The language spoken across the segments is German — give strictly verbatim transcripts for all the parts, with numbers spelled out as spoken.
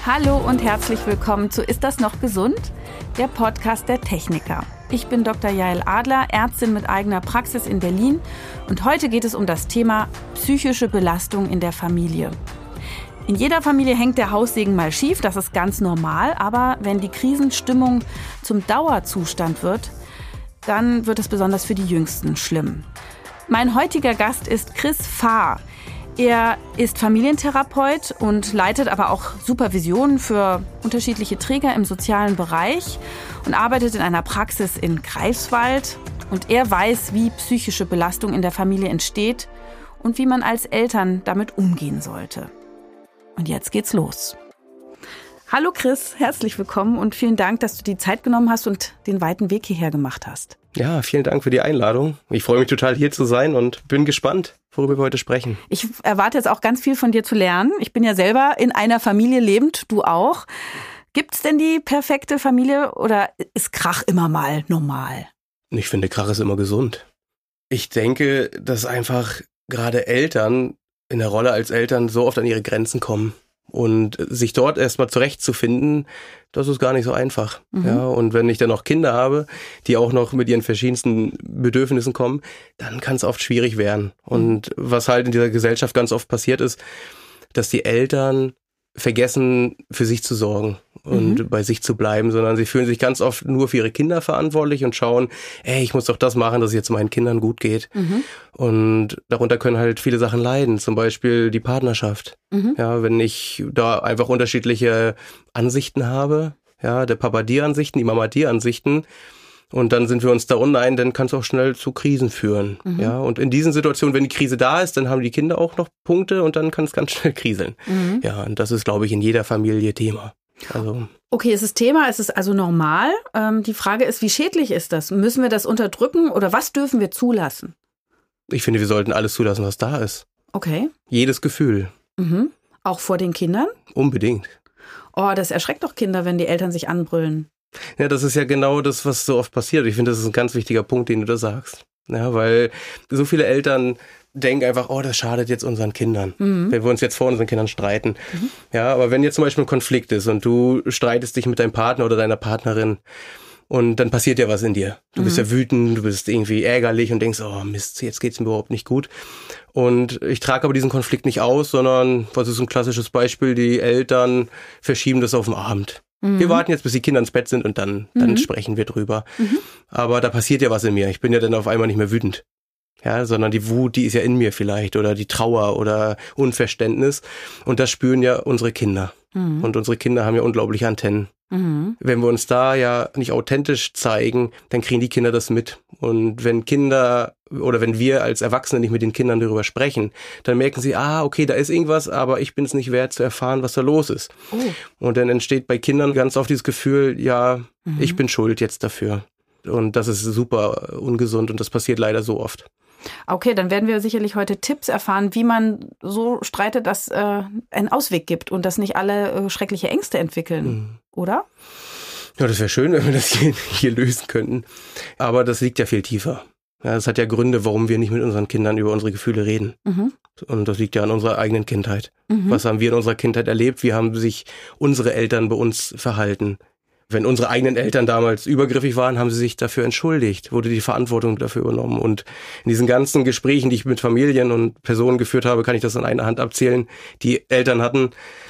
Hallo und herzlich willkommen zu Ist das noch gesund? Der Podcast der Techniker. Ich bin Doktor Jael Adler, Ärztin mit eigener Praxis in Berlin und heute geht es um das Thema psychische Belastung in der Familie. In jeder Familie hängt der Haussegen mal schief, das ist ganz normal, aber wenn die Krisenstimmung zum Dauerzustand wird, dann wird es besonders für die Jüngsten schlimm. Mein heutiger Gast ist Chris Fahr. Er ist Familientherapeut und leitet aber auch Supervisionen für unterschiedliche Träger im sozialen Bereich und arbeitet in einer Praxis in Greifswald. Und er weiß, wie psychische Belastung in der Familie entsteht und wie man als Eltern damit umgehen sollte. Und jetzt geht's los. Hallo Chris, herzlich willkommen und vielen Dank, dass du die Zeit genommen hast und den weiten Weg hierher gemacht hast. Ja, vielen Dank für die Einladung. Ich freue mich total, hier zu sein und bin gespannt, worüber wir heute sprechen. Ich erwarte jetzt auch ganz viel von dir zu lernen. Ich bin ja selber in einer Familie lebend, du auch. Gibt's denn die perfekte Familie oder ist Krach immer mal normal? Ich finde, Krach ist immer gesund. Ich denke, dass einfach gerade Eltern in der Rolle als Eltern so oft an ihre Grenzen kommen. Und sich dort erstmal zurechtzufinden, das ist gar nicht so einfach. Mhm. Ja, und wenn ich dann noch Kinder habe, die auch noch mit ihren verschiedensten Bedürfnissen kommen, dann kann es oft schwierig werden. Und was halt in dieser Gesellschaft ganz oft passiert ist, dass die Eltern vergessen, für sich zu sorgen und mhm. bei sich zu bleiben, sondern sie fühlen sich ganz oft nur für ihre Kinder verantwortlich und schauen, ey, ich muss doch das machen, dass es jetzt meinen Kindern gut geht. Mhm. Und darunter können halt viele Sachen leiden, zum Beispiel die Partnerschaft. Mhm. Ja, wenn ich da einfach unterschiedliche Ansichten habe, ja, der Papa die Ansichten, die Mama die Ansichten, und dann sind wir uns da unein, dann kann es auch schnell zu Krisen führen. Mhm. Ja, und in diesen Situationen, wenn die Krise da ist, dann haben die Kinder auch noch Punkte und dann kann es ganz schnell kriseln. Mhm. Ja, und das ist, glaube ich, in jeder Familie Thema. Also. Okay, es ist Thema, es ist also normal. Ähm, die Frage ist, wie schädlich ist das? Müssen wir das unterdrücken oder was dürfen wir zulassen? Ich finde, wir sollten alles zulassen, was da ist. Okay. Jedes Gefühl. Mhm. Auch vor den Kindern? Unbedingt. Oh, das erschreckt doch Kinder, wenn die Eltern sich anbrüllen. Ja, das ist ja genau das, was so oft passiert. Ich finde, das ist ein ganz wichtiger Punkt, den du da sagst. Ja, weil so viele Eltern denken einfach, oh, das schadet jetzt unseren Kindern, mhm. wenn wir uns jetzt vor unseren Kindern streiten. Mhm. Ja, aber wenn jetzt zum Beispiel ein Konflikt ist und du streitest dich mit deinem Partner oder deiner Partnerin und dann passiert ja was in dir. Du mhm. bist ja wütend, du bist irgendwie ärgerlich und denkst, oh Mist, jetzt geht's mir überhaupt nicht gut. Und ich trage aber diesen Konflikt nicht aus, sondern, was ist ein klassisches Beispiel, die Eltern verschieben das auf den Abend. Mhm. Wir warten jetzt, bis die Kinder ins Bett sind und dann, dann mhm. sprechen wir drüber. Mhm. Aber da passiert ja was in mir. Ich bin ja dann auf einmal nicht mehr wütend. Ja, sondern die Wut, die ist ja in mir vielleicht oder die Trauer oder Unverständnis. Und das spüren ja unsere Kinder. Mhm. Und unsere Kinder haben ja unglaubliche Antennen. Mhm. Wenn wir uns da ja nicht authentisch zeigen, dann kriegen die Kinder das mit. Und wenn Kinder oder wenn wir als Erwachsene nicht mit den Kindern darüber sprechen, dann merken sie, ah, okay, da ist irgendwas, aber ich bin es nicht wert zu erfahren, was da los ist. Oh. Und dann entsteht bei Kindern ganz oft dieses Gefühl, ja, mhm. ich bin schuld jetzt dafür. Und das ist super ungesund und das passiert leider so oft. Okay, dann werden wir sicherlich heute Tipps erfahren, wie man so streitet, dass äh, einen Ausweg gibt und dass nicht alle äh, schreckliche Ängste entwickeln, mhm. oder? Ja, das wäre schön, wenn wir das hier, hier lösen könnten. Aber das liegt ja viel tiefer. Ja, das hat ja Gründe, warum wir nicht mit unseren Kindern über unsere Gefühle reden. Mhm. Und das liegt ja an unserer eigenen Kindheit. Mhm. Was haben wir in unserer Kindheit erlebt? Wie haben sich unsere Eltern bei uns verhalten? Wenn unsere eigenen Eltern damals übergriffig waren, haben sie sich dafür entschuldigt, wurde die Verantwortung dafür übernommen. Und in diesen ganzen Gesprächen, die ich mit Familien und Personen geführt habe, kann ich das an einer Hand abzählen, die Eltern hatten,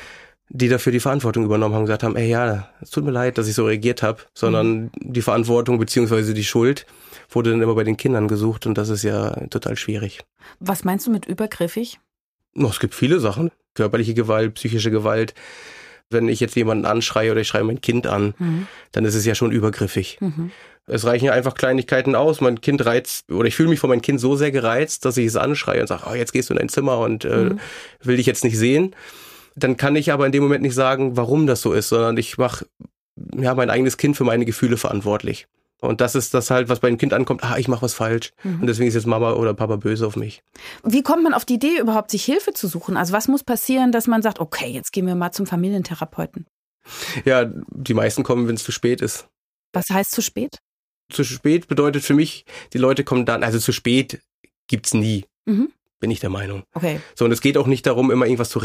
die dafür die Verantwortung übernommen haben, gesagt haben, ey ja, es tut mir leid, dass ich so reagiert habe, sondern mhm. die Verantwortung beziehungsweise die Schuld wurde dann immer bei den Kindern gesucht und das ist ja total schwierig. Was meinst du mit übergriffig? Oh, es gibt viele Sachen, körperliche Gewalt, psychische Gewalt. Wenn ich jetzt jemanden anschreie oder ich schreie mein Kind an, mhm. dann ist es ja schon übergriffig. Mhm. Es reichen ja einfach Kleinigkeiten aus. Mein Kind reizt, oder ich fühle mich von meinem Kind so sehr gereizt, dass ich es anschreie und sage, oh, jetzt gehst du in dein Zimmer und äh, mhm. will dich jetzt nicht sehen. Dann kann ich aber in dem Moment nicht sagen, warum das so ist, sondern ich mache ja, mein eigenes Kind für meine Gefühle verantwortlich. Und das ist das halt, was bei dem Kind ankommt, ah, ich mache was falsch. Mhm. Und deswegen ist jetzt Mama oder Papa böse auf mich. Wie kommt man auf die Idee, überhaupt sich Hilfe zu suchen? Also was muss passieren, dass man sagt, okay, jetzt gehen wir mal zum Familientherapeuten? Ja, die meisten kommen, wenn es zu spät ist. Was heißt zu spät? Zu spät bedeutet für mich, die Leute kommen dann, also zu spät gibt's nie, mhm. bin ich der Meinung. Okay. So, und es geht auch nicht darum, immer irgendwas zu retten.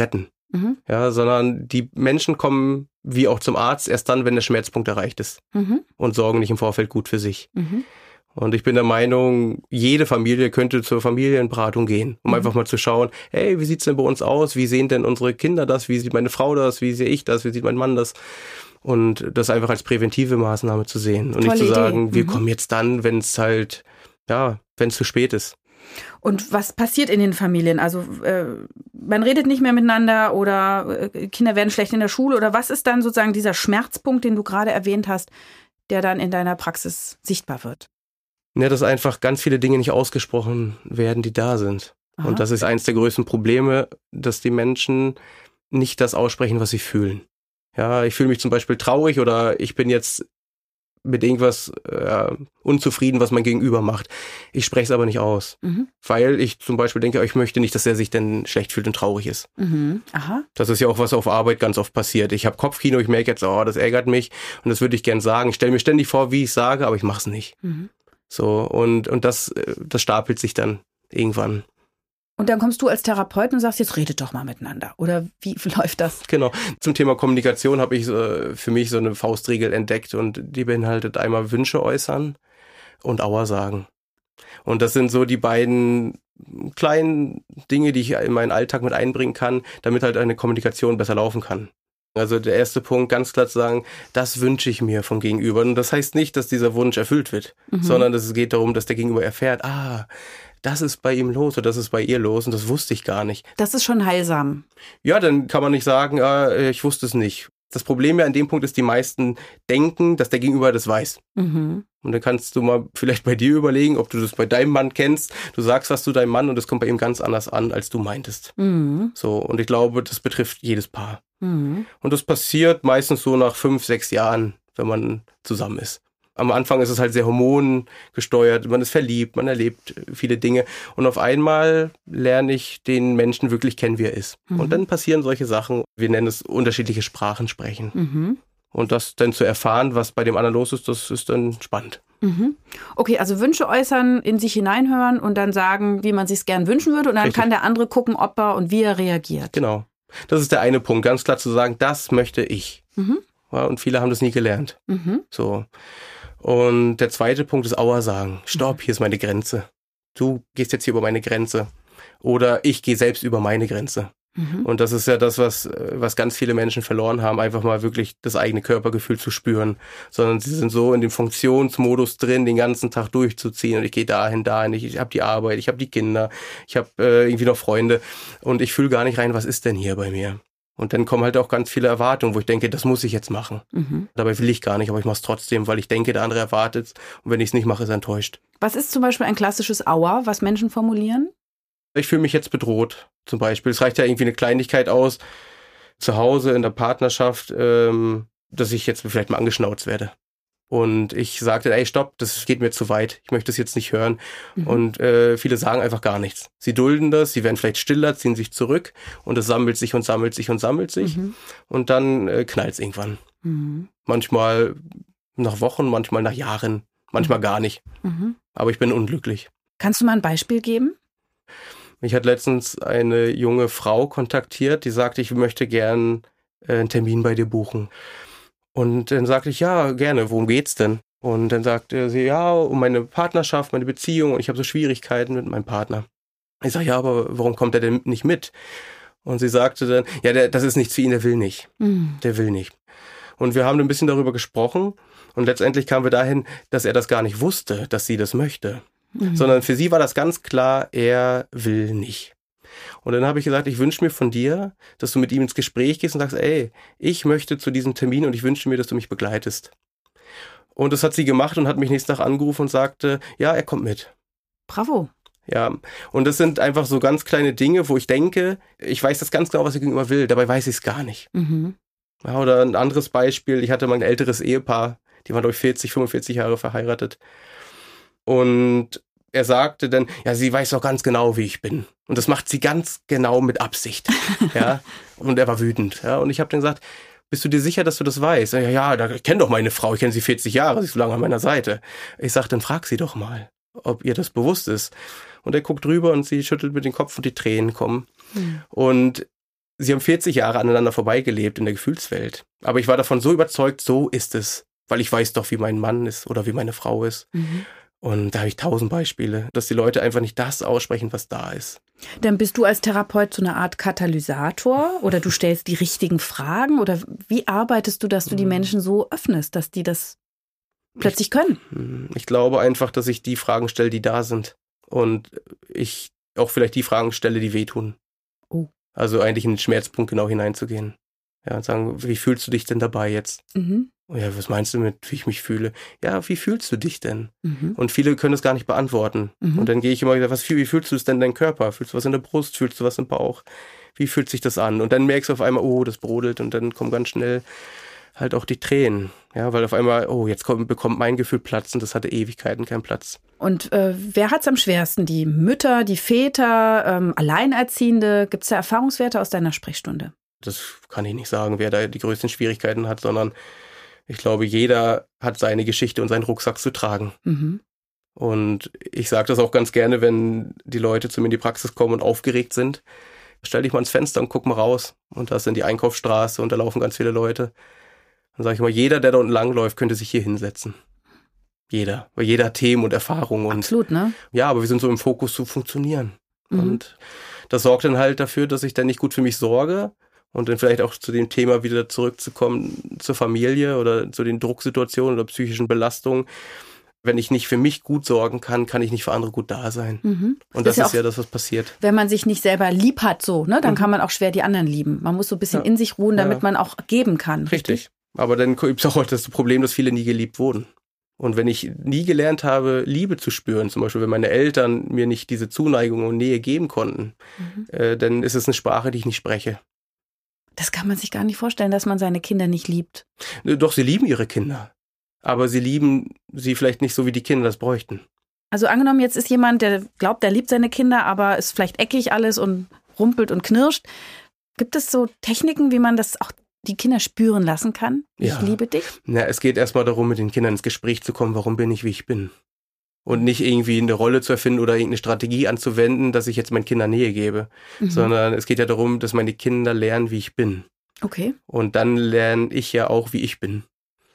Mhm. Ja, sondern die Menschen kommen wie auch zum Arzt erst dann, wenn der Schmerzpunkt erreicht ist. Mhm. Und sorgen nicht im Vorfeld gut für sich. Mhm. Und ich bin der Meinung, jede Familie könnte zur Familienberatung gehen, um mhm. einfach mal zu schauen, hey, wie sieht's denn bei uns aus? Wie sehen denn unsere Kinder das? Wie sieht meine Frau das? Wie sehe ich das? Wie sieht mein Mann das? Und das einfach als präventive Maßnahme zu sehen. Und Tolle nicht zu sagen, Idee. wir mhm. kommen jetzt dann, wenn es halt, ja, wenn es zu spät ist. Und was passiert in den Familien? Also äh, man redet nicht mehr miteinander oder äh, Kinder werden schlecht in der Schule oder was ist dann sozusagen dieser Schmerzpunkt, den du gerade erwähnt hast, der dann in deiner Praxis sichtbar wird? Ja, dass einfach ganz viele Dinge nicht ausgesprochen werden, die da sind. Aha. Und das ist eines der größten Probleme, dass die Menschen nicht das aussprechen, was sie fühlen. Ja, ich fühle mich zum Beispiel traurig oder ich bin jetzt mit irgendwas äh, unzufrieden, was mein Gegenüber macht. Ich spreche es aber nicht aus, mhm. weil ich zum Beispiel denke, ich möchte nicht, dass er sich denn schlecht fühlt und traurig ist. Mhm. Aha. Das ist ja auch, was auf Arbeit ganz oft passiert. Ich habe Kopfkino, ich merke jetzt, oh, das ärgert mich und das würde ich gern sagen. Ich stelle mir ständig vor, wie ich sage, aber ich mache es nicht. Mhm. So, und, und das, das stapelt sich dann irgendwann. Und dann kommst du als Therapeut und sagst, jetzt redet doch mal miteinander. Oder wie läuft das? Genau. Zum Thema Kommunikation habe ich äh, für mich so eine Faustregel entdeckt und die beinhaltet einmal Wünsche äußern und Aua sagen. Und das sind so die beiden kleinen Dinge, die ich in meinen Alltag mit einbringen kann, damit halt eine Kommunikation besser laufen kann. Also der erste Punkt, ganz klar zu sagen, das wünsche ich mir vom Gegenüber. Und das heißt nicht, dass dieser Wunsch erfüllt wird, mhm. sondern es geht darum, dass der Gegenüber erfährt, ah, das ist bei ihm los oder das ist bei ihr los und das wusste ich gar nicht. Das ist schon heilsam. Ja, dann kann man nicht sagen, ah, ich wusste es nicht. Das Problem ja an dem Punkt ist, die meisten denken, dass der Gegenüber das weiß. Mhm. Und dann kannst du mal vielleicht bei dir überlegen, ob du das bei deinem Mann kennst. Du sagst was zu deinem Mann und das kommt bei ihm ganz anders an, als du meintest. Mhm. So, und ich glaube, das betrifft jedes Paar. Mhm. Und das passiert meistens so nach fünf, sechs Jahren, wenn man zusammen ist. Am Anfang ist es halt sehr hormongesteuert, man ist verliebt, man erlebt viele Dinge und auf einmal lerne ich den Menschen wirklich kennen, wie er ist. Mhm. Und dann passieren solche Sachen, wir nennen es unterschiedliche Sprachen sprechen. Mhm. Und das dann zu erfahren, was bei dem anderen los ist, das ist dann spannend. Mhm. Okay, also Wünsche äußern, in sich hineinhören und dann sagen, wie man sich es gern wünschen würde und dann Richtig. Kann der andere gucken, ob er und wie er reagiert. Genau. Das ist der eine Punkt, ganz klar zu sagen, das möchte ich. Mhm. Ja, und viele haben das nie gelernt. Mhm. So. Und der zweite Punkt ist Aua sagen. Stopp, hier ist meine Grenze. Du gehst jetzt hier über meine Grenze. Oder ich gehe selbst über meine Grenze. Mhm. Und das ist ja das, was, was ganz viele Menschen verloren haben, einfach mal wirklich das eigene Körpergefühl zu spüren. Sondern sie sind so in dem Funktionsmodus drin, den ganzen Tag durchzuziehen. Und ich gehe dahin, dahin, ich, ich habe die Arbeit, ich habe die Kinder, ich habe äh, irgendwie noch Freunde. Und ich fühle gar nicht rein, was ist denn hier bei mir? Und dann kommen halt auch ganz viele Erwartungen, wo ich denke, das muss ich jetzt machen. Mhm. Dabei will ich gar nicht, aber ich mache es trotzdem, weil ich denke, der andere erwartet es. Und wenn ich es nicht mache, ist er enttäuscht. Was ist zum Beispiel ein klassisches Aua, was Menschen formulieren? Ich fühle mich jetzt bedroht, zum Beispiel. Es reicht ja irgendwie eine Kleinigkeit aus, zu Hause in der Partnerschaft, ähm, dass ich jetzt vielleicht mal angeschnauzt werde. Und ich sagte, ey, stopp, das geht mir zu weit. Ich möchte das jetzt nicht hören. Mhm. Und äh, viele sagen einfach gar nichts. Sie dulden das, sie werden vielleicht stiller, ziehen sich zurück und es sammelt sich und sammelt sich und sammelt sich. Mhm. Und dann äh, knallt es irgendwann. Mhm. Manchmal nach Wochen, manchmal nach Jahren, manchmal mhm. gar nicht. Mhm. Aber ich bin unglücklich. Kannst du mal ein Beispiel geben? Mich hat letztens eine junge Frau kontaktiert, die sagte, ich möchte gern äh, einen Termin bei dir buchen. Und dann sagte ich, ja, gerne, worum geht's denn? Und dann sagte sie, ja, um meine Partnerschaft, meine Beziehung und ich habe so Schwierigkeiten mit meinem Partner. Ich sage, ja, aber warum kommt er denn nicht mit? Und sie sagte dann, ja, der, das ist nichts für ihn, der will nicht. Mhm. Der will nicht. Und wir haben ein bisschen darüber gesprochen und letztendlich kamen wir dahin, dass er das gar nicht wusste, dass sie das möchte. Mhm. Sondern für sie war das ganz klar, er will nicht. Und dann habe ich gesagt, ich wünsche mir von dir, dass du mit ihm ins Gespräch gehst und sagst, ey, ich möchte zu diesem Termin und ich wünsche mir, dass du mich begleitest. Und das hat sie gemacht und hat mich nächsten Tag angerufen und sagte, ja, er kommt mit. Bravo. Ja, und das sind einfach so ganz kleine Dinge, wo ich denke, ich weiß das ganz genau, was ich gegenüber will, dabei weiß ich es gar nicht. Mhm. Ja, oder ein anderes Beispiel, ich hatte mal ein älteres Ehepaar, die waren durch vierzig, fünfundvierzig Jahre verheiratet. Und er sagte dann, ja, sie weiß doch ganz genau, wie ich bin. Und das macht sie ganz genau mit Absicht. Ja. Und er war wütend. Ja. Und ich habe dann gesagt, bist du dir sicher, dass du das weißt? Ja, ja, da, ich kenne doch meine Frau, ich kenne sie vierzig Jahre, sie ist so lange an meiner Seite. Ich sage, dann frag sie doch mal, ob ihr das bewusst ist. Und er guckt rüber und sie schüttelt mit dem Kopf und die Tränen kommen. Mhm. Und sie haben vierzig Jahre aneinander vorbeigelebt in der Gefühlswelt. Aber ich war davon so überzeugt, so ist es. Weil ich weiß doch, wie mein Mann ist oder wie meine Frau ist. Mhm. Und da habe ich tausend Beispiele, dass die Leute einfach nicht das aussprechen, was da ist. Dann bist du als Therapeut so eine Art Katalysator oder du stellst die richtigen Fragen oder wie arbeitest du, dass du die Menschen so öffnest, dass die das plötzlich können? Ich glaube einfach, dass ich die Fragen stelle, die da sind und ich auch vielleicht die Fragen stelle, die wehtun. Oh. Also eigentlich in den Schmerzpunkt genau hineinzugehen. Ja, und sagen, wie fühlst du dich denn dabei jetzt? Mhm. Ja, was meinst du mit, wie ich mich fühle? Ja, wie fühlst du dich denn? Mhm. Und viele können es gar nicht beantworten. Mhm. Und dann gehe ich immer wieder, was, wie fühlst du es denn in deinem Körper? Fühlst du was in der Brust? Fühlst du was im Bauch? Wie fühlt sich das an? Und dann merkst du auf einmal, oh, das brodelt und dann kommen ganz schnell halt auch die Tränen. Ja, weil auf einmal, oh, jetzt kommt, bekommt mein Gefühl Platz und das hatte Ewigkeiten keinen Platz. Und äh, wer hat es am schwersten? Die Mütter, die Väter, ähm, Alleinerziehende? Gibt es da Erfahrungswerte aus deiner Sprechstunde? Das kann ich nicht sagen, wer da die größten Schwierigkeiten hat, sondern ich glaube, jeder hat seine Geschichte und seinen Rucksack zu tragen. Mhm. Und ich sage das auch ganz gerne, wenn die Leute zu mir in die Praxis kommen und aufgeregt sind. Stell dich mal ans Fenster und guck mal raus. Und da ist dann die Einkaufsstraße und da laufen ganz viele Leute. Dann sage ich mal, jeder, der da unten langläuft, könnte sich hier hinsetzen. Jeder. Weil jeder hat Themen und Erfahrungen. Und absolut, ne? Ja, aber wir sind so im Fokus zu funktionieren. Mhm. Und das sorgt dann halt dafür, dass ich dann nicht gut für mich sorge. Und dann vielleicht auch zu dem Thema wieder zurückzukommen, zur Familie oder zu den Drucksituationen oder psychischen Belastungen. Wenn ich nicht für mich gut sorgen kann, kann ich nicht für andere gut da sein. Mhm. Und das, das ist, ja, ist ja das, was passiert. Wenn man sich nicht selber lieb hat, so, ne, dann mhm. kann man auch schwer die anderen lieben. Man muss so ein bisschen ja. in sich ruhen, damit ja. man auch geben kann. Richtig. richtig. Aber dann gibt es auch das Problem, dass viele nie geliebt wurden. Und wenn ich nie gelernt habe, Liebe zu spüren, zum Beispiel, wenn meine Eltern mir nicht diese Zuneigung und Nähe geben konnten, mhm. äh, dann ist es eine Sprache, die ich nicht spreche. Das kann man sich gar nicht vorstellen, dass man seine Kinder nicht liebt. Doch, sie lieben ihre Kinder. Aber sie lieben sie vielleicht nicht so, wie die Kinder das bräuchten. Also angenommen, jetzt ist jemand, der glaubt, der liebt seine Kinder, aber ist vielleicht eckig alles und rumpelt und knirscht. Gibt es so Techniken, wie man das auch die Kinder spüren lassen kann? Ich ja. liebe dich? Na, es geht erstmal darum, mit den Kindern ins Gespräch zu kommen, warum bin ich, wie ich bin. Und nicht irgendwie eine Rolle zu erfinden oder irgendeine Strategie anzuwenden, dass ich jetzt meinen Kindern Nähe gebe. Mhm. Sondern es geht ja darum, dass meine Kinder lernen, wie ich bin. Okay. Und dann lerne ich ja auch, wie ich bin.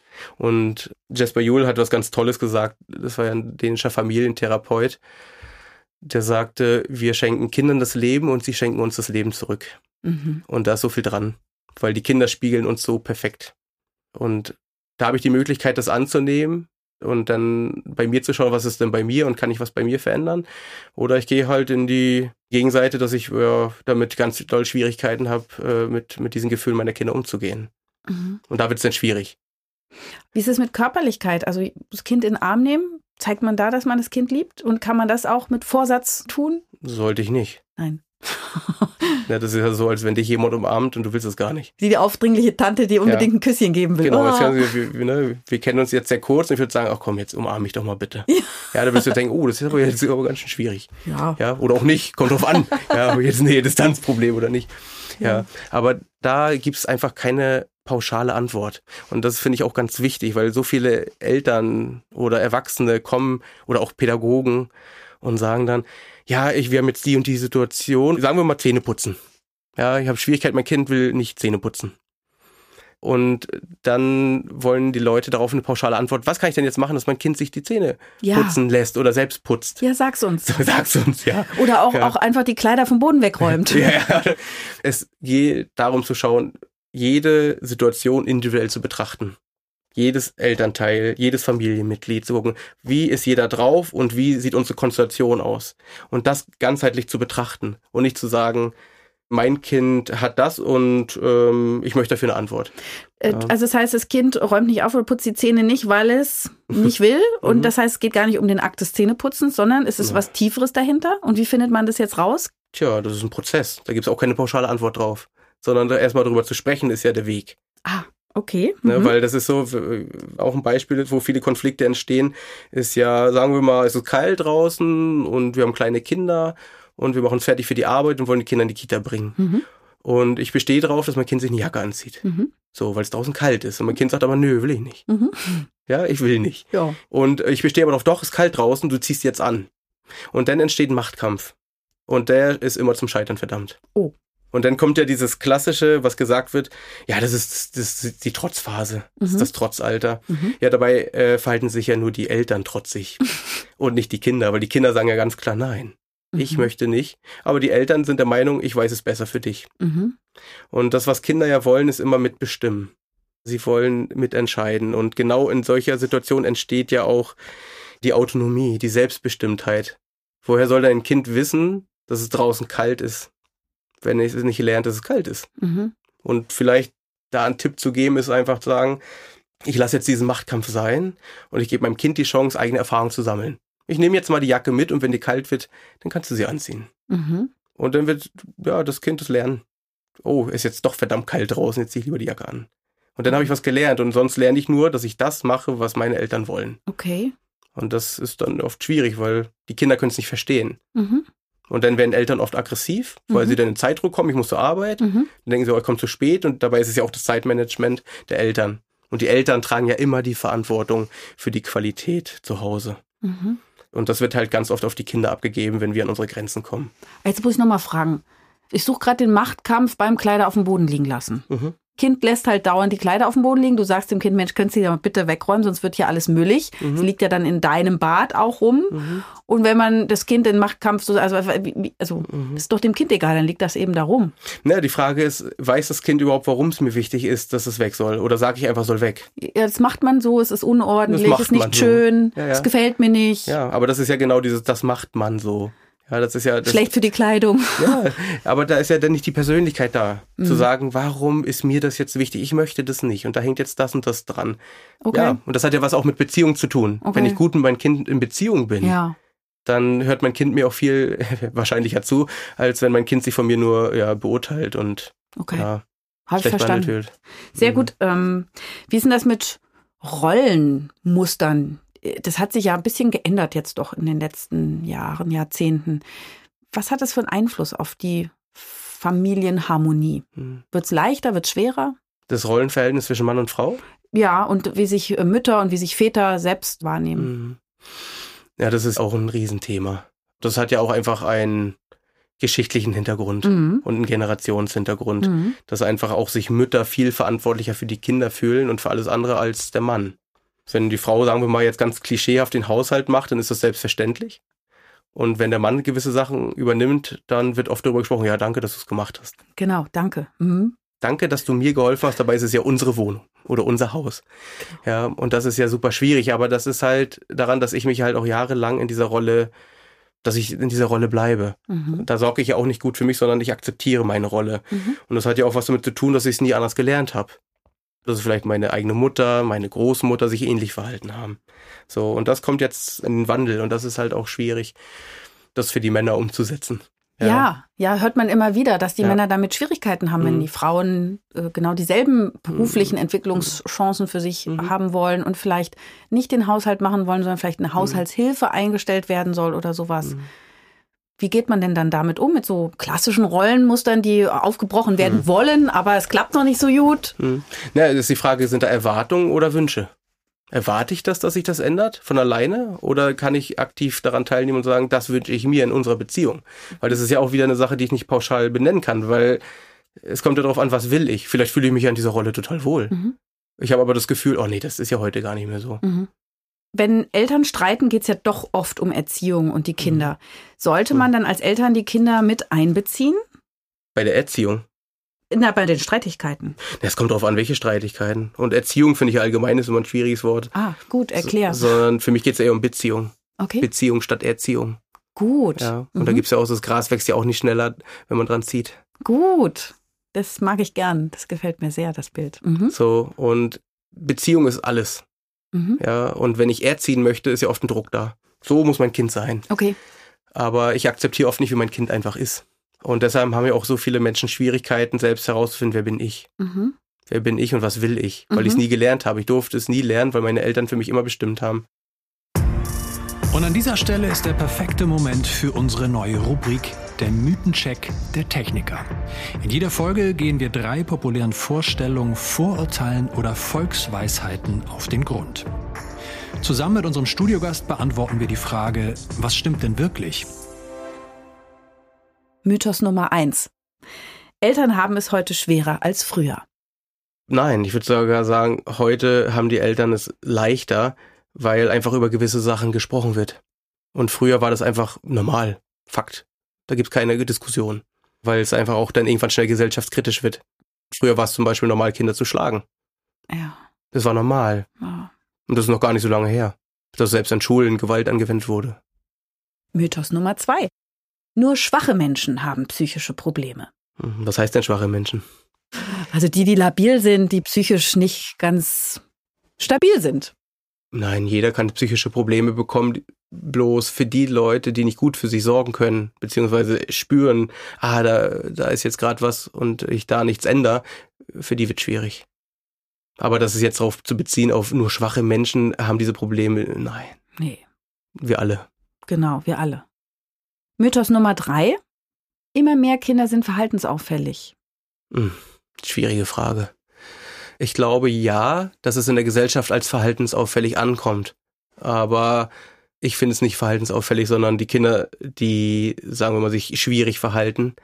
Und Jesper Juhl hat was ganz Tolles gesagt. Das war ja ein dänischer Familientherapeut. Der sagte, wir schenken Kindern das Leben und sie schenken uns das Leben zurück. Mhm. Und da ist so viel dran. Weil die Kinder spiegeln uns so perfekt. Und da habe ich die Möglichkeit, das anzunehmen. Und dann bei mir zu schauen, was ist denn bei mir und kann ich was bei mir verändern? Oder ich gehe halt in die Gegenseite, dass ich ja, damit ganz doll Schwierigkeiten habe, äh, mit, mit diesen Gefühlen meiner Kinder umzugehen. Mhm. Und da wird es dann schwierig. Wie ist es mit Körperlichkeit? Also das Kind in den Arm nehmen, zeigt man da, dass man das Kind liebt? Und kann man das auch mit Vorsatz tun? Sollte ich nicht. Nein. Ja, das ist ja so, als wenn dich jemand umarmt und du willst es gar nicht. Wie die aufdringliche Tante, die unbedingt ja. ein Küsschen geben will. Genau, oh. jetzt kann sie, wir, ne, wir kennen uns jetzt sehr kurz und ich würde sagen, ach komm, jetzt umarm mich doch mal bitte. Ja, ja da wirst du denken, oh, das ist aber jetzt aber ganz schön schwierig. Ja. Ja, oder auch nicht, kommt drauf an. Ja, aber jetzt ein Distanzproblem oder nicht. Ja, ja. Aber da gibt es einfach keine pauschale Antwort. Und das finde ich auch ganz wichtig, weil so viele Eltern oder Erwachsene kommen oder auch Pädagogen und sagen dann, ja, ich, wir haben jetzt die und die Situation, sagen wir mal Zähne putzen. Ja, ich habe Schwierigkeit, mein Kind will nicht Zähne putzen. Und dann wollen die Leute darauf eine pauschale Antwort, was kann ich denn jetzt machen, dass mein Kind sich die Zähne ja. putzen lässt oder selbst putzt? Ja, sag's uns. So, sag's uns, ja. Oder auch, ja. auch einfach die Kleider vom Boden wegräumt. ja, ja, es geht darum zu schauen, jede Situation individuell zu betrachten. Jedes Elternteil, jedes Familienmitglied zu gucken, wie ist jeder drauf und wie sieht unsere Konstellation aus. Und das ganzheitlich zu betrachten und nicht zu sagen, mein Kind hat das und ähm, ich möchte dafür eine Antwort. Äh, ja. Also das heißt, das Kind räumt nicht auf oder putzt die Zähne nicht, weil es nicht will. Und das heißt, es geht gar nicht um den Akt des Zähneputzens, sondern es ist ja. was Tieferes dahinter. Und wie findet man das jetzt raus? Tja, das ist ein Prozess. Da gibt es auch keine pauschale Antwort drauf. Sondern da erstmal darüber zu sprechen, ist ja der Weg. Ah. Okay. Ne, mhm. Weil das ist so, auch ein Beispiel, wo viele Konflikte entstehen, ist ja, sagen wir mal, es ist kalt draußen und wir haben kleine Kinder und wir machen uns fertig für die Arbeit und wollen die Kinder in die Kita bringen. Mhm. Und ich bestehe darauf, dass mein Kind sich eine Jacke anzieht. Mhm. So, weil es draußen kalt ist. Und mein Kind sagt aber, nö, will ich nicht. Mhm. Ja, ich will nicht. Ja. Und ich bestehe aber darauf, doch, es ist kalt draußen, du ziehst jetzt an. Und dann entsteht ein Machtkampf. Und der ist immer zum Scheitern verdammt. Oh. Und dann kommt ja dieses Klassische, was gesagt wird, ja, das ist, das ist die Trotzphase, das mhm. ist das Trotzalter. Mhm. Ja, dabei äh, verhalten sich ja nur die Eltern trotzig und nicht die Kinder, weil die Kinder sagen ja ganz klar, nein, mhm. ich möchte nicht. Aber die Eltern sind der Meinung, ich weiß es besser für dich. Mhm. Und das, was Kinder ja wollen, ist immer mitbestimmen. Sie wollen mitentscheiden. Und genau in solcher Situation entsteht ja auch die Autonomie, die Selbstbestimmtheit. Woher soll dein Kind wissen, dass es draußen kalt ist, wenn es nicht lernt, dass es kalt ist? Mhm. Und vielleicht da einen Tipp zu geben, ist einfach zu sagen, ich lasse jetzt diesen Machtkampf sein und ich gebe meinem Kind die Chance, eigene Erfahrungen zu sammeln. Ich nehme jetzt mal die Jacke mit und wenn die kalt wird, dann kannst du sie anziehen. Mhm. Und dann wird ja das Kind das lernen. Oh, ist jetzt doch verdammt kalt draußen, jetzt ziehe ich lieber die Jacke an. Und dann habe ich was gelernt und sonst lerne ich nur, dass ich das mache, was meine Eltern wollen. Okay. Und das ist dann oft schwierig, weil die Kinder können es nicht verstehen. Mhm. Und dann werden Eltern oft aggressiv, weil mhm. sie dann in Zeitdruck kommen, ich muss zur Arbeit. Mhm. Dann denken sie, oh, ich komme zu spät. Und dabei ist es ja auch das Zeitmanagement der Eltern. Und die Eltern tragen ja immer die Verantwortung für die Qualität zu Hause. Mhm. Und das wird halt ganz oft auf die Kinder abgegeben, wenn wir an unsere Grenzen kommen. Jetzt muss ich nochmal fragen. Ich suche gerade den Machtkampf beim Kleider auf dem Boden liegen lassen. Mhm. Kind lässt halt dauernd die Kleider auf dem Boden liegen. Du sagst dem Kind, Mensch, könntest du die mal bitte wegräumen, sonst wird hier alles müllig. Mhm. Sie liegt ja dann in deinem Bad auch rum. Mhm. Und wenn man das Kind in Machtkampf so, also, also mhm. ist doch dem Kind egal, dann liegt das eben da rum. Na, die Frage ist, weiß das Kind überhaupt, warum es mir wichtig ist, dass es weg soll? Oder sage ich einfach, soll weg? Ja, das macht man so, es ist unordentlich, es ist nicht schön, ja, ja. es gefällt mir nicht. Ja, aber das ist ja genau dieses, das macht man so. Ja, das ist ja das, schlecht für die Kleidung. Ja, aber da ist ja dann nicht die Persönlichkeit da, mhm. zu sagen, warum ist mir das jetzt wichtig? Ich möchte das nicht und da hängt jetzt das und das dran. Okay. Ja, und das hat ja was auch mit Beziehung zu tun. Okay. Wenn ich gut mit meinem Kind in Beziehung bin, ja. dann hört mein Kind mir auch viel wahrscheinlicher zu, als wenn mein Kind sich von mir nur ja, beurteilt und okay. ja, Hab schlecht behandelt wird. Sehr mhm. gut. Ähm, wie ist denn das mit Rollenmustern? Das hat sich ja ein bisschen geändert jetzt doch in den letzten Jahren, Jahrzehnten. Was hat das für einen Einfluss auf die Familienharmonie? Hm. Wird es leichter, wird es schwerer? Das Rollenverhältnis zwischen Mann und Frau? Ja, und wie sich Mütter und wie sich Väter selbst wahrnehmen. Ja, das ist auch ein Riesenthema. Das hat ja auch einfach einen geschichtlichen Hintergrund mhm. und einen Generationshintergrund, mhm. dass einfach auch sich Mütter viel verantwortlicher für die Kinder fühlen und für alles andere als der Mann. Wenn die Frau, sagen wir mal, jetzt ganz klischeehaft den Haushalt macht, dann ist das selbstverständlich. Und wenn der Mann gewisse Sachen übernimmt, dann wird oft darüber gesprochen, ja, danke, dass du es gemacht hast. Genau, danke. Mhm. Danke, dass du mir geholfen hast, dabei ist es ja unsere Wohnung oder unser Haus. Genau. Ja, und das ist ja super schwierig, aber das ist halt daran, dass ich mich halt auch jahrelang in dieser Rolle, dass ich in dieser Rolle bleibe. Mhm. Da sorge ich ja auch nicht gut für mich, sondern ich akzeptiere meine Rolle. Mhm. Und das hat ja auch was damit zu tun, dass ich es nie anders gelernt habe. Dass vielleicht meine eigene Mutter, meine Großmutter sich ähnlich verhalten haben. So, und das kommt jetzt in den Wandel und das ist halt auch schwierig, das für die Männer umzusetzen. Ja, ja, ja hört man immer wieder, dass die ja. Männer damit Schwierigkeiten haben, mhm. wenn die Frauen äh, genau dieselben beruflichen mhm. Entwicklungschancen für sich mhm. haben wollen und vielleicht nicht den Haushalt machen wollen, sondern vielleicht eine Haushaltshilfe mhm. eingestellt werden soll oder sowas. Mhm. Wie geht man denn dann damit um, mit so klassischen Rollenmustern, die aufgebrochen werden hm. wollen, aber es klappt noch nicht so gut? Hm. Na, das ist die Frage, sind da Erwartungen oder Wünsche? Erwarte ich das, dass sich das ändert von alleine? Oder kann ich aktiv daran teilnehmen und sagen, das wünsche ich mir in unserer Beziehung? Weil das ist ja auch wieder eine Sache, die ich nicht pauschal benennen kann, weil es kommt ja darauf an, was will ich? Vielleicht fühle ich mich ja in dieser Rolle total wohl. Mhm. Ich habe aber das Gefühl, oh nee, das ist ja heute gar nicht mehr so. Mhm. Wenn Eltern streiten, geht es ja doch oft um Erziehung und die Kinder. Sollte man dann als Eltern die Kinder mit einbeziehen? Bei der Erziehung? Na, bei den Streitigkeiten. Es kommt darauf an, welche Streitigkeiten. Und Erziehung finde ich allgemein ist immer ein schwieriges Wort. Ah, gut, erklär. So, sondern für mich geht es eher um Beziehung. Okay. Beziehung statt Erziehung. Gut. Ja, und mhm. da gibt es ja auch, das Gras wächst ja auch nicht schneller, wenn man dran zieht. Gut. Das mag ich gern. Das gefällt mir sehr, das Bild. Mhm. So, und Beziehung ist alles. Mhm. Ja, und wenn ich erziehen möchte, ist ja oft ein Druck da. So muss mein Kind sein. Okay. Aber ich akzeptiere oft nicht, wie mein Kind einfach ist. Und deshalb haben ja auch so viele Menschen Schwierigkeiten, selbst herauszufinden, wer bin ich? Mhm. Wer bin ich und was will ich? Weil mhm. ich es nie gelernt habe. Ich durfte es nie lernen, weil meine Eltern für mich immer bestimmt haben. Und an dieser Stelle ist der perfekte Moment für unsere neue Rubrik, der Mythencheck der Techniker. In jeder Folge gehen wir drei populären Vorstellungen, Vorurteilen oder Volksweisheiten auf den Grund. Zusammen mit unserem Studiogast beantworten wir die Frage, was stimmt denn wirklich? Mythos Nummer eins. Eltern haben es heute schwerer als früher. Nein, ich würde sogar sagen, heute haben die Eltern es leichter, weil einfach über gewisse Sachen gesprochen wird. Und früher war das einfach normal, Fakt. Da gibt's keine Diskussion, weil es einfach auch dann irgendwann schnell gesellschaftskritisch wird. Früher war es zum Beispiel normal, Kinder zu schlagen. Ja. Das war normal. Ja. Und das ist noch gar nicht so lange her, dass selbst an Schulen Gewalt angewendet wurde. Mythos Nummer zwei. Nur schwache Menschen haben psychische Probleme. Was heißt denn schwache Menschen? Also die, die labil sind, die psychisch nicht ganz stabil sind. Nein, jeder kann psychische Probleme bekommen, bloß für die Leute, die nicht gut für sich sorgen können, beziehungsweise spüren, ah, da, da ist jetzt gerade was und ich da nichts ändere, für die wird schwierig. Aber das ist jetzt darauf zu beziehen, auf nur schwache Menschen haben diese Probleme, nein. Nee. Wir alle. Genau, wir alle. Mythos Nummer drei. Immer mehr Kinder sind verhaltensauffällig. Hm, schwierige Frage. Ich glaube ja, dass es in der Gesellschaft als verhaltensauffällig ankommt. Aber ich finde es nicht verhaltensauffällig, sondern die Kinder, die, sagen wir mal, sich schwierig verhalten,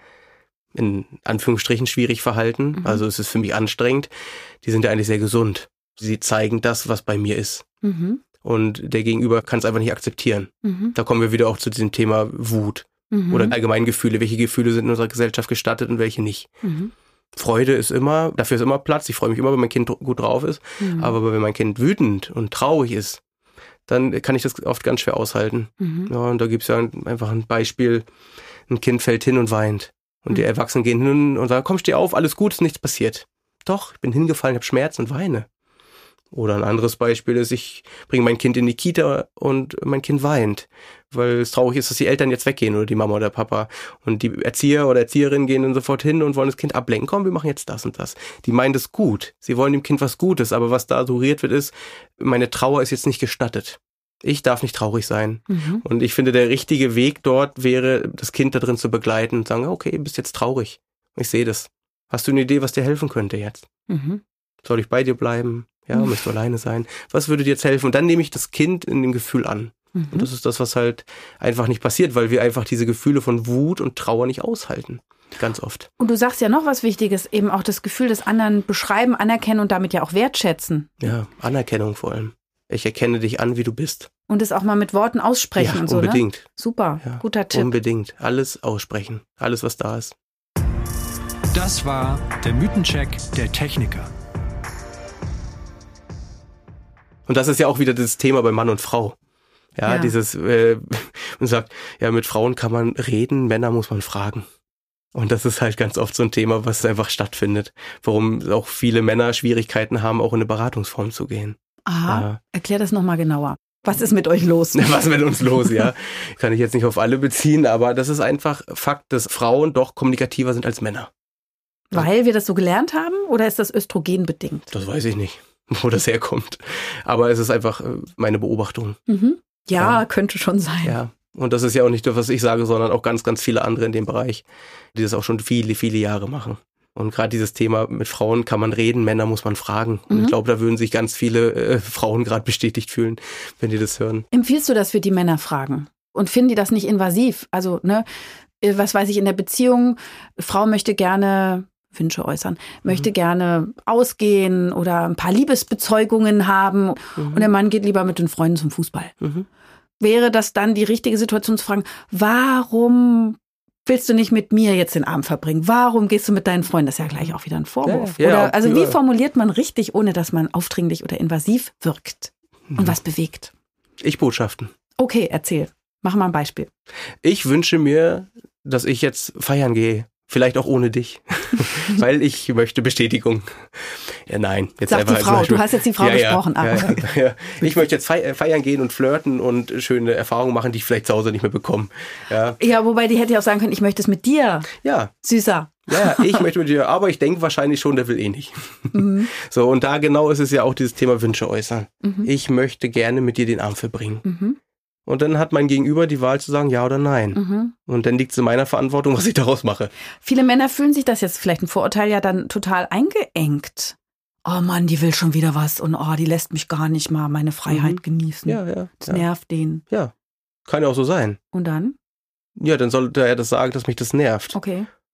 in Anführungsstrichen schwierig verhalten, mhm. also es ist für mich anstrengend, die sind ja eigentlich sehr gesund. Sie zeigen das, was bei mir ist. Mhm. Und der Gegenüber kann es einfach nicht akzeptieren. Mhm. Da kommen wir wieder auch zu diesem Thema Wut mhm. oder allgemeinen Gefühle. Welche Gefühle sind in unserer Gesellschaft gestattet und welche nicht? Mhm. Freude ist immer, dafür ist immer Platz. Ich freue mich immer, wenn mein Kind gut drauf ist. Mhm. Aber wenn mein Kind wütend und traurig ist, dann kann ich das oft ganz schwer aushalten. Mhm. Ja, und da gibt es ja einfach ein Beispiel. Ein Kind fällt hin und weint. Und mhm. die Erwachsenen gehen hin und sagen, komm, steh auf, alles gut, ist nichts passiert. Doch, ich bin hingefallen, habe Schmerzen und weine. Oder ein anderes Beispiel ist, ich bringe mein Kind in die Kita und mein Kind weint, weil es traurig ist, dass die Eltern jetzt weggehen oder die Mama oder Papa. Und die Erzieher oder Erzieherinnen gehen dann sofort hin und wollen das Kind ablenken. Komm, wir machen jetzt das und das. Die meinen das gut. Sie wollen dem Kind was Gutes, aber was da suggeriert wird ist, meine Trauer ist jetzt nicht gestattet. Ich darf nicht traurig sein. Mhm. Und ich finde, der richtige Weg dort wäre, das Kind da drin zu begleiten und sagen, okay, du bist jetzt traurig. Ich sehe das. Hast du eine Idee, was dir helfen könnte jetzt? Mhm. Soll ich bei dir bleiben? Ja, mhm. Möchtest du alleine sein? Was würde dir jetzt helfen? Und dann nehme ich das Kind in dem Gefühl an. Mhm. Und das ist das, was halt einfach nicht passiert, weil wir einfach diese Gefühle von Wut und Trauer nicht aushalten. Ganz oft. Und du sagst ja noch was Wichtiges, eben auch das Gefühl des anderen beschreiben, anerkennen und damit ja auch wertschätzen. Ja, Anerkennung vor allem. Ich erkenne dich an, wie du bist. Und es auch mal mit Worten aussprechen ja, und so, unbedingt. Ne? Super, ja, guter Tipp. Unbedingt. Alles aussprechen. Alles, was da ist. Das war der Mythencheck der Techniker. Und das ist ja auch wieder das Thema bei Mann und Frau. Ja, ja. dieses, äh, man sagt, ja, mit Frauen kann man reden, Männer muss man fragen. Und das ist halt ganz oft so ein Thema, was einfach stattfindet. Warum auch viele Männer Schwierigkeiten haben, auch in eine Beratungsform zu gehen. Aha, ja. Erklär das nochmal genauer. Was ist mit euch los? Was ist mit uns los, ja. Kann ich jetzt nicht auf alle beziehen, aber das ist einfach Fakt, dass Frauen doch kommunikativer sind als Männer. Weil wir das so gelernt haben oder ist das östrogenbedingt? Das weiß ich nicht, wo das herkommt. Aber es ist einfach meine Beobachtung. Mhm. Ja, ja, könnte schon sein. Ja, und das ist ja auch nicht nur, was ich sage, sondern auch ganz, ganz viele andere in dem Bereich, die das auch schon viele, viele Jahre machen. Und gerade dieses Thema, mit Frauen kann man reden, Männer muss man fragen. Und mhm. ich glaube, da würden sich ganz viele äh, Frauen gerade bestätigt fühlen, wenn die das hören. Empfiehlst du, dass wir die Männer fragen? Und finden die das nicht invasiv? Also, ne, was weiß ich, in der Beziehung, Frau möchte gerne Wünsche äußern, möchte mhm. gerne ausgehen oder ein paar Liebesbezeugungen haben mhm. und der Mann geht lieber mit den Freunden zum Fußball. Mhm. Wäre das dann die richtige Situation zu fragen, warum willst du nicht mit mir jetzt den Abend verbringen? Warum gehst du mit deinen Freunden? Das ist ja gleich auch wieder ein Vorwurf. Ja, ja, oder, also wie formuliert man richtig, ohne dass man aufdringlich oder invasiv wirkt? Und mhm. was bewegt? Ich-Botschaften. Okay, erzähl. Mach mal ein Beispiel. Ich wünsche mir, dass ich jetzt feiern gehe. Vielleicht auch ohne dich, weil ich möchte Bestätigung. Ja, nein. Jetzt Sag die Frau, du hast jetzt die Frau ja, gesprochen. Ja, ah, ja, okay. ja, ja. Ich möchte jetzt feiern gehen und flirten und schöne Erfahrungen machen, die ich vielleicht zu Hause nicht mehr bekomme. Ja, ja, wobei die hätte ja auch sagen können, ich möchte es mit dir. Ja. Süßer. Ja, ich möchte mit dir, aber ich denke wahrscheinlich schon, der will eh nicht. Mhm. So, und da genau ist es ja auch dieses Thema Wünsche äußern. Mhm. Ich möchte gerne mit dir den Abend verbringen. Mhm. Und dann hat mein Gegenüber die Wahl zu sagen, ja oder nein. Mhm. Und dann liegt es in meiner Verantwortung, was ich daraus mache. Viele Männer fühlen sich das jetzt vielleicht ein Vorurteil ja dann total eingeengt. Oh Mann, die will schon wieder was und oh, die lässt mich gar nicht mal meine Freiheit mhm. genießen. Ja, ja. Das ja. nervt den. Ja, kann ja auch so sein. Und dann? Ja, dann sollte er das sagen, dass mich das nervt. Okay.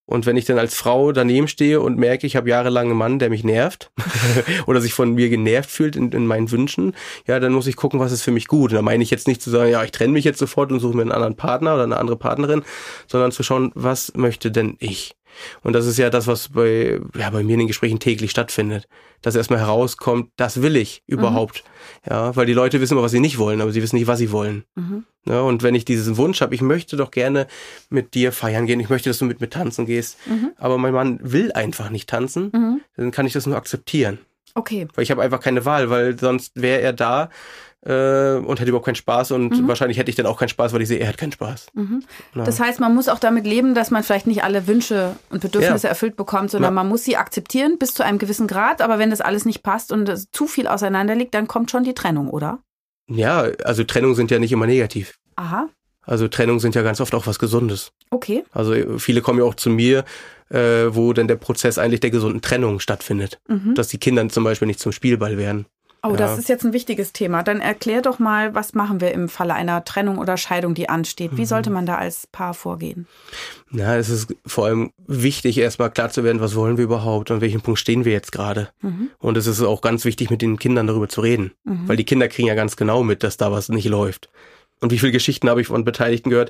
Und wenn ich dann als Frau daneben stehe und merke, ich habe jahrelang einen Mann, der mich nervt oder sich von mir genervt fühlt in, in meinen Wünschen, ja, dann muss ich gucken, was ist für mich gut. Und da meine ich jetzt nicht zu sagen, ja, ich trenne mich jetzt sofort und suche mir einen anderen Partner oder eine andere Partnerin, sondern zu schauen, was möchte denn ich? Und das ist ja das, was bei, ja, bei mir in den Gesprächen täglich stattfindet. Dass erstmal herauskommt, das will ich überhaupt. Mhm. Ja, weil die Leute wissen immer, was sie nicht wollen, aber sie wissen nicht, was sie wollen. Mhm. Ja, und wenn ich diesen Wunsch habe, ich möchte doch gerne mit dir feiern gehen, ich möchte, dass du mit mir tanzen gehst, mhm. aber mein Mann will einfach nicht tanzen, mhm. dann kann ich das nur akzeptieren. Okay. Weil ich habe einfach keine Wahl, weil sonst wäre er da äh, und hätte überhaupt keinen Spaß und mhm. wahrscheinlich hätte ich dann auch keinen Spaß, weil ich sehe, er hat keinen Spaß. Mhm. Das heißt, man muss auch damit leben, dass man vielleicht nicht alle Wünsche und Bedürfnisse ja. erfüllt bekommt, sondern man, man muss sie akzeptieren bis zu einem gewissen Grad, aber wenn das alles nicht passt und es zu viel auseinander liegt, dann kommt schon die Trennung, oder? Ja, also Trennungen sind ja nicht immer negativ. Aha. Also Trennungen sind ja ganz oft auch was Gesundes. Okay. Also viele kommen ja auch zu mir, äh, wo dann der Prozess eigentlich der gesunden Trennung stattfindet. Mhm. Dass die Kinder zum Beispiel nicht zum Spielball werden. Oh, ja. Das ist jetzt ein wichtiges Thema. Dann erklär doch mal, was machen wir im Falle einer Trennung oder Scheidung, die ansteht? Wie mhm. sollte man da als Paar vorgehen? Na, es ist vor allem wichtig, erstmal klar zu werden, was wollen wir überhaupt und an welchem Punkt stehen wir jetzt gerade. Mhm. Und es ist auch ganz wichtig, mit den Kindern darüber zu reden. Mhm. Weil die Kinder kriegen ja ganz genau mit, dass da was nicht läuft. Und wie viele Geschichten habe ich von Beteiligten gehört,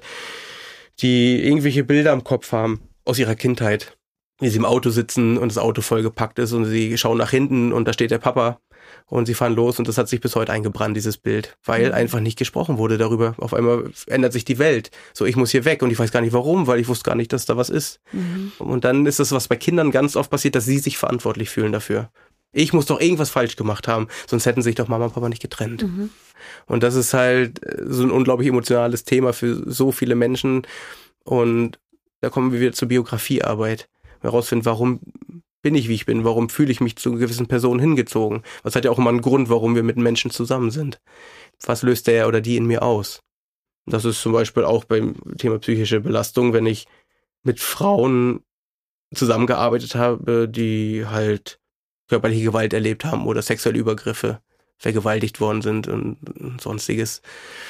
die irgendwelche Bilder im Kopf haben aus ihrer Kindheit. Wie sie im Auto sitzen und das Auto vollgepackt ist und sie schauen nach hinten und da steht der Papa und sie fahren los und das hat sich bis heute eingebrannt, dieses Bild, weil mhm. einfach nicht gesprochen wurde darüber. Auf einmal ändert sich die Welt. So, ich muss hier weg und ich weiß gar nicht warum, weil ich wusste gar nicht, dass da was ist. Mhm. Und dann ist das, was bei Kindern ganz oft passiert, dass sie sich verantwortlich fühlen dafür. Ich muss doch irgendwas falsch gemacht haben, sonst hätten sich doch Mama und Papa nicht getrennt. Mhm. Und das ist halt so ein unglaublich emotionales Thema für so viele Menschen. Und da kommen wir wieder zur Biografiearbeit. Herausfinden, warum bin ich, wie ich bin, warum fühle ich mich zu gewissen Personen hingezogen. Das hat ja auch immer einen Grund, warum wir mit Menschen zusammen sind. Was löst der oder die in mir aus? Und das ist zum Beispiel auch beim Thema psychische Belastung, wenn ich mit Frauen zusammengearbeitet habe, die halt körperliche Gewalt erlebt haben oder sexuelle Übergriffe, vergewaltigt worden sind und, und sonstiges,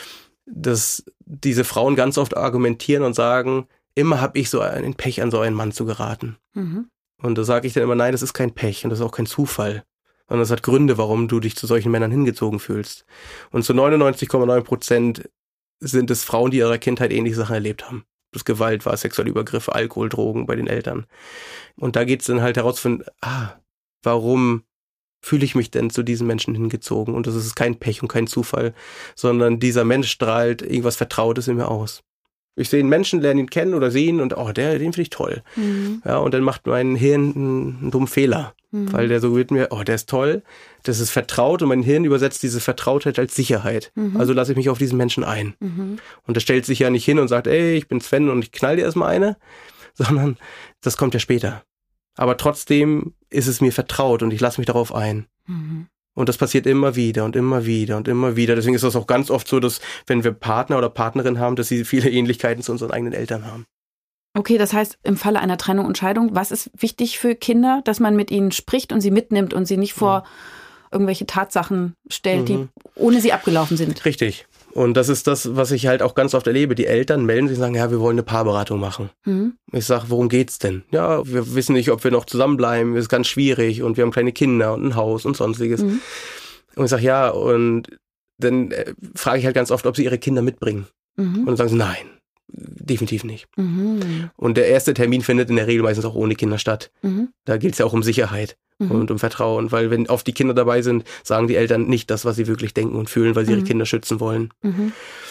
dass diese Frauen ganz oft argumentieren und sagen, immer habe ich so einen Pech, an so einen Mann zu geraten. Mhm. Und da sage ich dann immer, nein, das ist kein Pech und das ist auch kein Zufall, sondern es hat Gründe, warum du dich zu solchen Männern hingezogen fühlst. Und zu neunundneunzig Komma neun Prozent sind es Frauen, die in ihrer Kindheit ähnliche Sachen erlebt haben. Das Gewalt war, sexuelle Übergriffe, Alkohol, Drogen bei den Eltern. Und da geht es dann halt herauszufinden, ah, warum fühle ich mich denn zu diesen Menschen hingezogen? Und das ist kein Pech und kein Zufall, sondern dieser Mensch strahlt irgendwas Vertrautes in mir aus. Ich sehe einen Menschen, lerne ihn kennen oder sehe ihn und oh, der, den finde ich toll. Mhm. Ja, und dann macht mein Hirn einen, einen dummen Fehler, mhm. weil der so wird mir, oh, der ist toll, das ist vertraut und mein Hirn übersetzt diese Vertrautheit als Sicherheit. Mhm. Also lasse ich mich auf diesen Menschen ein. Mhm. Und der stellt sich ja nicht hin und sagt, ey, ich bin Sven und ich knall dir erstmal eine, sondern das kommt ja später. Aber trotzdem ist es mir vertraut und ich lasse mich darauf ein. Mhm. Und das passiert immer wieder und immer wieder und immer wieder. Deswegen ist das auch ganz oft so, dass wenn wir Partner oder Partnerin haben, dass sie viele Ähnlichkeiten zu unseren eigenen Eltern haben. Okay, das heißt, im Falle einer Trennung und Scheidung, was ist wichtig für Kinder, dass man mit ihnen spricht und sie mitnimmt und sie nicht vor mhm. irgendwelche Tatsachen stellt, die mhm. ohne sie abgelaufen sind? Richtig. Und das ist das, was ich halt auch ganz oft erlebe. Die Eltern melden sich und sagen, ja, wir wollen eine Paarberatung machen. Mhm. Ich sage, worum geht's denn? Ja, wir wissen nicht, ob wir noch zusammenbleiben, das ist ganz schwierig und wir haben kleine Kinder und ein Haus und sonstiges. Mhm. Und ich sage, ja, und dann äh, frage ich halt ganz oft, ob sie ihre Kinder mitbringen. Mhm. Und dann sagen sie, nein, definitiv nicht. Mhm. Und der erste Termin findet in der Regel meistens auch ohne Kinder statt. Mhm. Da geht es ja auch um Sicherheit. Mhm. Und um Vertrauen, weil wenn oft die Kinder dabei sind, sagen die Eltern nicht das, was sie wirklich denken und fühlen, weil sie mhm. ihre Kinder schützen wollen. Mhm.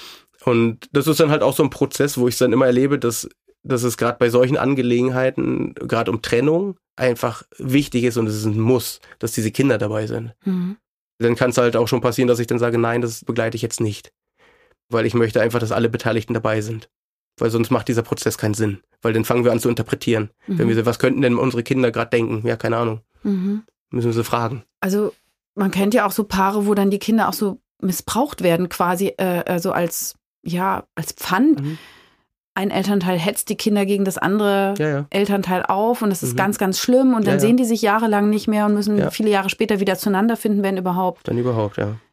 Und das ist dann halt auch so ein Prozess, wo ich dann immer erlebe, dass, dass es gerade bei solchen Angelegenheiten, gerade um Trennung, einfach wichtig ist und es ist ein Muss, dass diese Kinder dabei sind. Mhm. Dann kann es halt auch schon passieren, dass ich dann sage, nein, das begleite ich jetzt nicht. Weil ich möchte einfach, dass alle Beteiligten dabei sind. Weil sonst macht dieser Prozess keinen Sinn. Weil dann fangen wir an zu interpretieren. Mhm. Wenn wir sagen, was könnten denn unsere Kinder gerade denken? Ja, keine Ahnung. Mhm. Müssen wir sie fragen. Also man kennt ja auch so Paare, wo dann die Kinder auch so missbraucht werden, quasi äh, so als, ja, als Pfand. Mhm. Ein Elternteil hetzt die Kinder gegen das andere ja, ja. Elternteil auf und das ist mhm. ganz, ganz schlimm. Und dann ja, ja. sehen die sich jahrelang nicht mehr und müssen ja. viele Jahre später wieder zueinander finden, wenn überhaupt. Dann überhaupt, ja.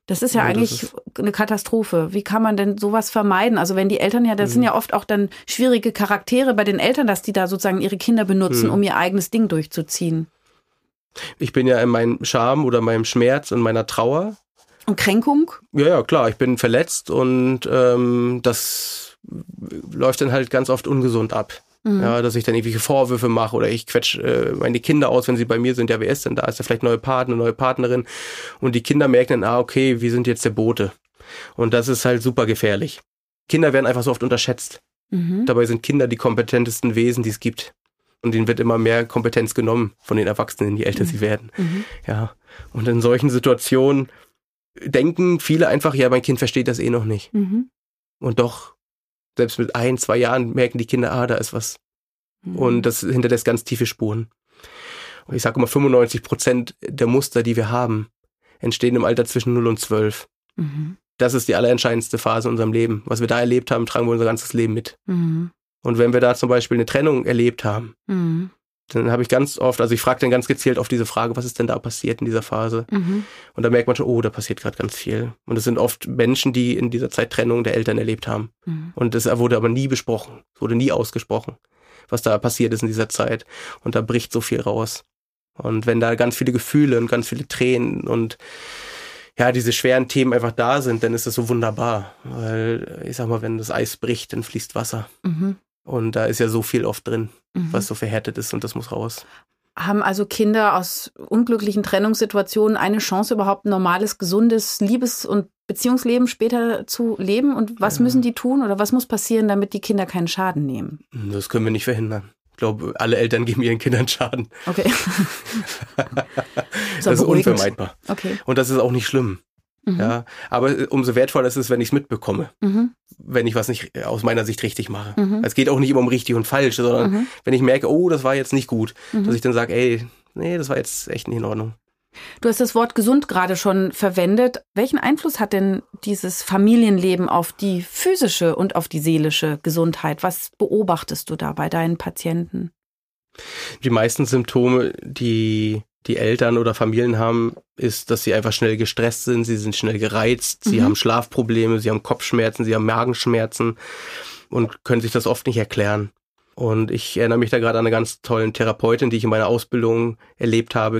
Das ist ja, ja eigentlich ist eine Katastrophe. Wie kann man denn sowas vermeiden? Also wenn die Eltern ja, das mhm. sind ja oft auch dann schwierige Charaktere bei den Eltern, dass die da sozusagen ihre Kinder benutzen, mhm. um ihr eigenes Ding durchzuziehen. Ich bin ja in meinem Scham oder meinem Schmerz und meiner Trauer. Und Kränkung? Ja, ja, klar. Ich bin verletzt und ähm, das läuft dann halt ganz oft ungesund ab. Mhm. Ja, dass ich dann irgendwelche Vorwürfe mache oder ich quetsch äh, meine Kinder aus, wenn sie bei mir sind. Ja, wer ist denn da? Ist ja vielleicht neue Partner, neue Partnerin. Und die Kinder merken dann, ah, okay, wir sind jetzt der Bote. Und das ist halt super gefährlich. Kinder werden einfach so oft unterschätzt. Mhm. Dabei sind Kinder die kompetentesten Wesen, die es gibt. Und denen wird immer mehr Kompetenz genommen von den Erwachsenen, je älter mhm. sie werden. Mhm. Ja. Und in solchen Situationen denken viele einfach, ja, mein Kind versteht das eh noch nicht. Mhm. Und doch, selbst mit ein, zwei Jahren merken die Kinder, ah, da ist was. Mhm. Und das hinterlässt ganz tiefe Spuren. Und ich sage immer, fünfundneunzig Prozent der Muster, die wir haben, entstehen im Alter zwischen null und zwölf. Mhm. Das ist die allerentscheidendste Phase in unserem Leben. Was wir da erlebt haben, tragen wir unser ganzes Leben mit. Mhm. Und wenn wir da zum Beispiel eine Trennung erlebt haben, mhm. dann habe ich ganz oft, also ich frage dann ganz gezielt auf diese Frage, was ist denn da passiert in dieser Phase? Mhm. Und da merkt man schon, oh, da passiert gerade ganz viel. Und es sind oft Menschen, die in dieser Zeit Trennung der Eltern erlebt haben. Mhm. Und das wurde aber nie besprochen, es wurde nie ausgesprochen, was da passiert ist in dieser Zeit. Und da bricht so viel raus. Und wenn da ganz viele Gefühle und ganz viele Tränen und ja, diese schweren Themen einfach da sind, dann ist das so wunderbar. Weil, ich sag mal, wenn das Eis bricht, dann fließt Wasser. Mhm. Und da ist ja so viel oft drin, mhm. was so verhärtet ist und das muss raus. Haben also Kinder aus unglücklichen Trennungssituationen eine Chance, überhaupt ein normales, gesundes Liebes- und Beziehungsleben später zu leben? Und was ja. müssen die tun oder was muss passieren, damit die Kinder keinen Schaden nehmen? Das können wir nicht verhindern. Ich glaube, alle Eltern geben ihren Kindern Schaden. Okay. Das ist unvermeidbar. Okay. Und das ist auch nicht schlimm. Mhm. Ja, aber umso wertvoller ist es, wenn ich es mitbekomme, mhm. wenn ich was nicht aus meiner Sicht richtig mache. Mhm. Es geht auch nicht immer um richtig und falsch, sondern mhm. wenn ich merke, oh, das war jetzt nicht gut, mhm. dass ich dann sage, ey, nee, das war jetzt echt nicht in Ordnung. Du hast das Wort gesund gerade schon verwendet. Welchen Einfluss hat denn dieses Familienleben auf die physische und auf die seelische Gesundheit? Was beobachtest du da bei deinen Patienten? Die meisten Symptome, die die Eltern oder Familien haben, ist, dass sie einfach schnell gestresst sind, sie sind schnell gereizt, mhm. sie haben Schlafprobleme, sie haben Kopfschmerzen, sie haben Magenschmerzen und können sich das oft nicht erklären. Und ich erinnere mich da gerade an eine ganz tolle Therapeutin, die ich in meiner Ausbildung erlebt habe.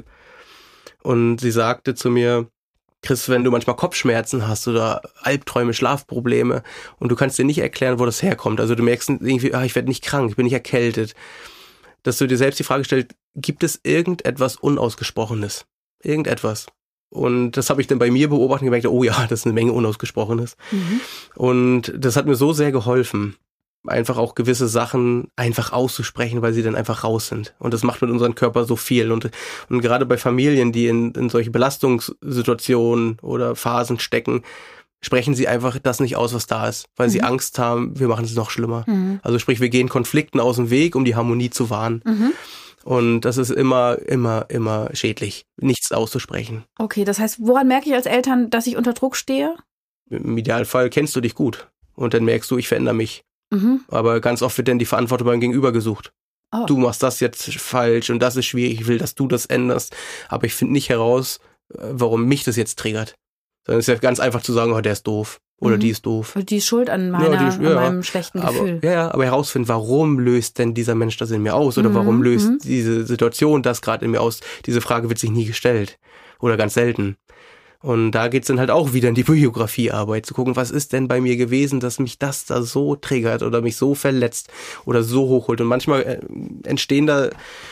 Und sie sagte zu mir, Chris, wenn du manchmal Kopfschmerzen hast oder Albträume, Schlafprobleme und du kannst dir nicht erklären, wo das herkommt, also du merkst irgendwie, ah, ich werde nicht krank, ich bin nicht erkältet, dass du dir selbst die Frage stellst, gibt es irgendetwas Unausgesprochenes? Irgendetwas. Und das habe ich dann bei mir beobachtet und gemerkt, oh ja, das ist eine Menge Unausgesprochenes. Mhm. Und das hat mir so sehr geholfen, einfach auch gewisse Sachen einfach auszusprechen, weil sie dann einfach raus sind. Und das macht mit unserem Körper so viel. Und, und gerade bei Familien, die in, in solche Belastungssituationen oder Phasen stecken, sprechen sie einfach das nicht aus, was da ist, weil mhm. sie Angst haben, wir machen es noch schlimmer. Mhm. Also sprich, wir gehen Konflikten aus dem Weg, um die Harmonie zu wahren. Mhm. Und das ist immer, immer, immer schädlich, nichts auszusprechen. Okay, das heißt, woran merke ich als Eltern, dass ich unter Druck stehe? Im Idealfall kennst du dich gut und dann merkst du, ich verändere mich. Mhm. Aber ganz oft wird dann die Verantwortung beim Gegenüber gesucht. Oh. Du machst das jetzt falsch und das ist schwierig, ich will, dass du das änderst. Aber ich finde nicht heraus, warum mich das jetzt triggert. Sondern es ist ja ganz einfach zu sagen, oh, der ist doof oder mhm. die ist doof. Die ist schuld an, meiner, ja, die, ja, an meinem schlechten aber, Gefühl. Ja, ja, aber herausfinden, warum löst denn dieser Mensch das in mir aus? Oder mhm. warum löst mhm. diese Situation das gerade in mir aus? Diese Frage wird sich nie gestellt. Oder ganz selten. Und da geht's dann halt auch wieder in die Biografiearbeit, zu gucken, was ist denn bei mir gewesen, dass mich das da so triggert oder mich so verletzt oder so hochholt. Und manchmal äh, entstehen da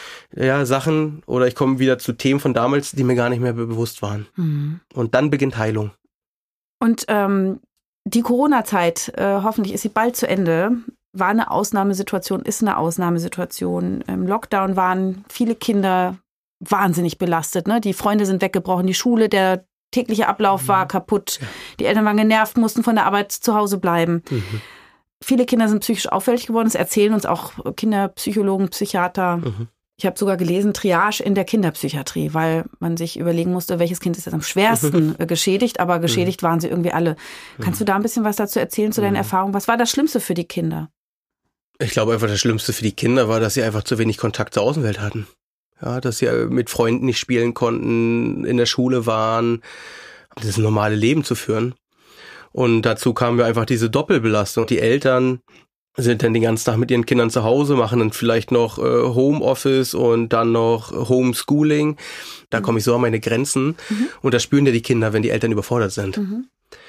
ja Sachen oder ich komme wieder zu Themen von damals, die mir gar nicht mehr bewusst waren. Mhm. Und dann beginnt Heilung. Und ähm, die Corona-Zeit, äh, hoffentlich ist sie bald zu Ende, war eine Ausnahmesituation, ist eine Ausnahmesituation. Im Lockdown waren viele Kinder wahnsinnig belastet. Ne? Die Freunde sind weggebrochen, die Schule, der tägliche Ablauf war kaputt. Ja. Die Eltern waren genervt, mussten von der Arbeit zu Hause bleiben. Mhm. Viele Kinder sind psychisch auffällig geworden. Das erzählen uns auch Kinderpsychologen, Psychiater. Mhm. Ich habe sogar gelesen, Triage in der Kinderpsychiatrie, weil man sich überlegen musste, welches Kind ist jetzt am schwersten mhm. geschädigt, aber geschädigt mhm. waren sie irgendwie alle. Kannst du da ein bisschen was dazu erzählen, zu deinen mhm. Erfahrungen? Was war das Schlimmste für die Kinder? Ich glaube einfach, das Schlimmste für die Kinder war, dass sie einfach zu wenig Kontakt zur Außenwelt hatten. Ja, dass sie mit Freunden nicht spielen konnten, in der Schule waren, das normale Leben zu führen. Und dazu kam mir einfach diese Doppelbelastung. Die Eltern sind dann den ganzen Tag mit ihren Kindern zu Hause, machen dann vielleicht noch äh, Homeoffice und dann noch Homeschooling. Da komme ich so an meine Grenzen. Mhm. Und das spüren ja die Kinder, wenn die Eltern überfordert sind. Mhm.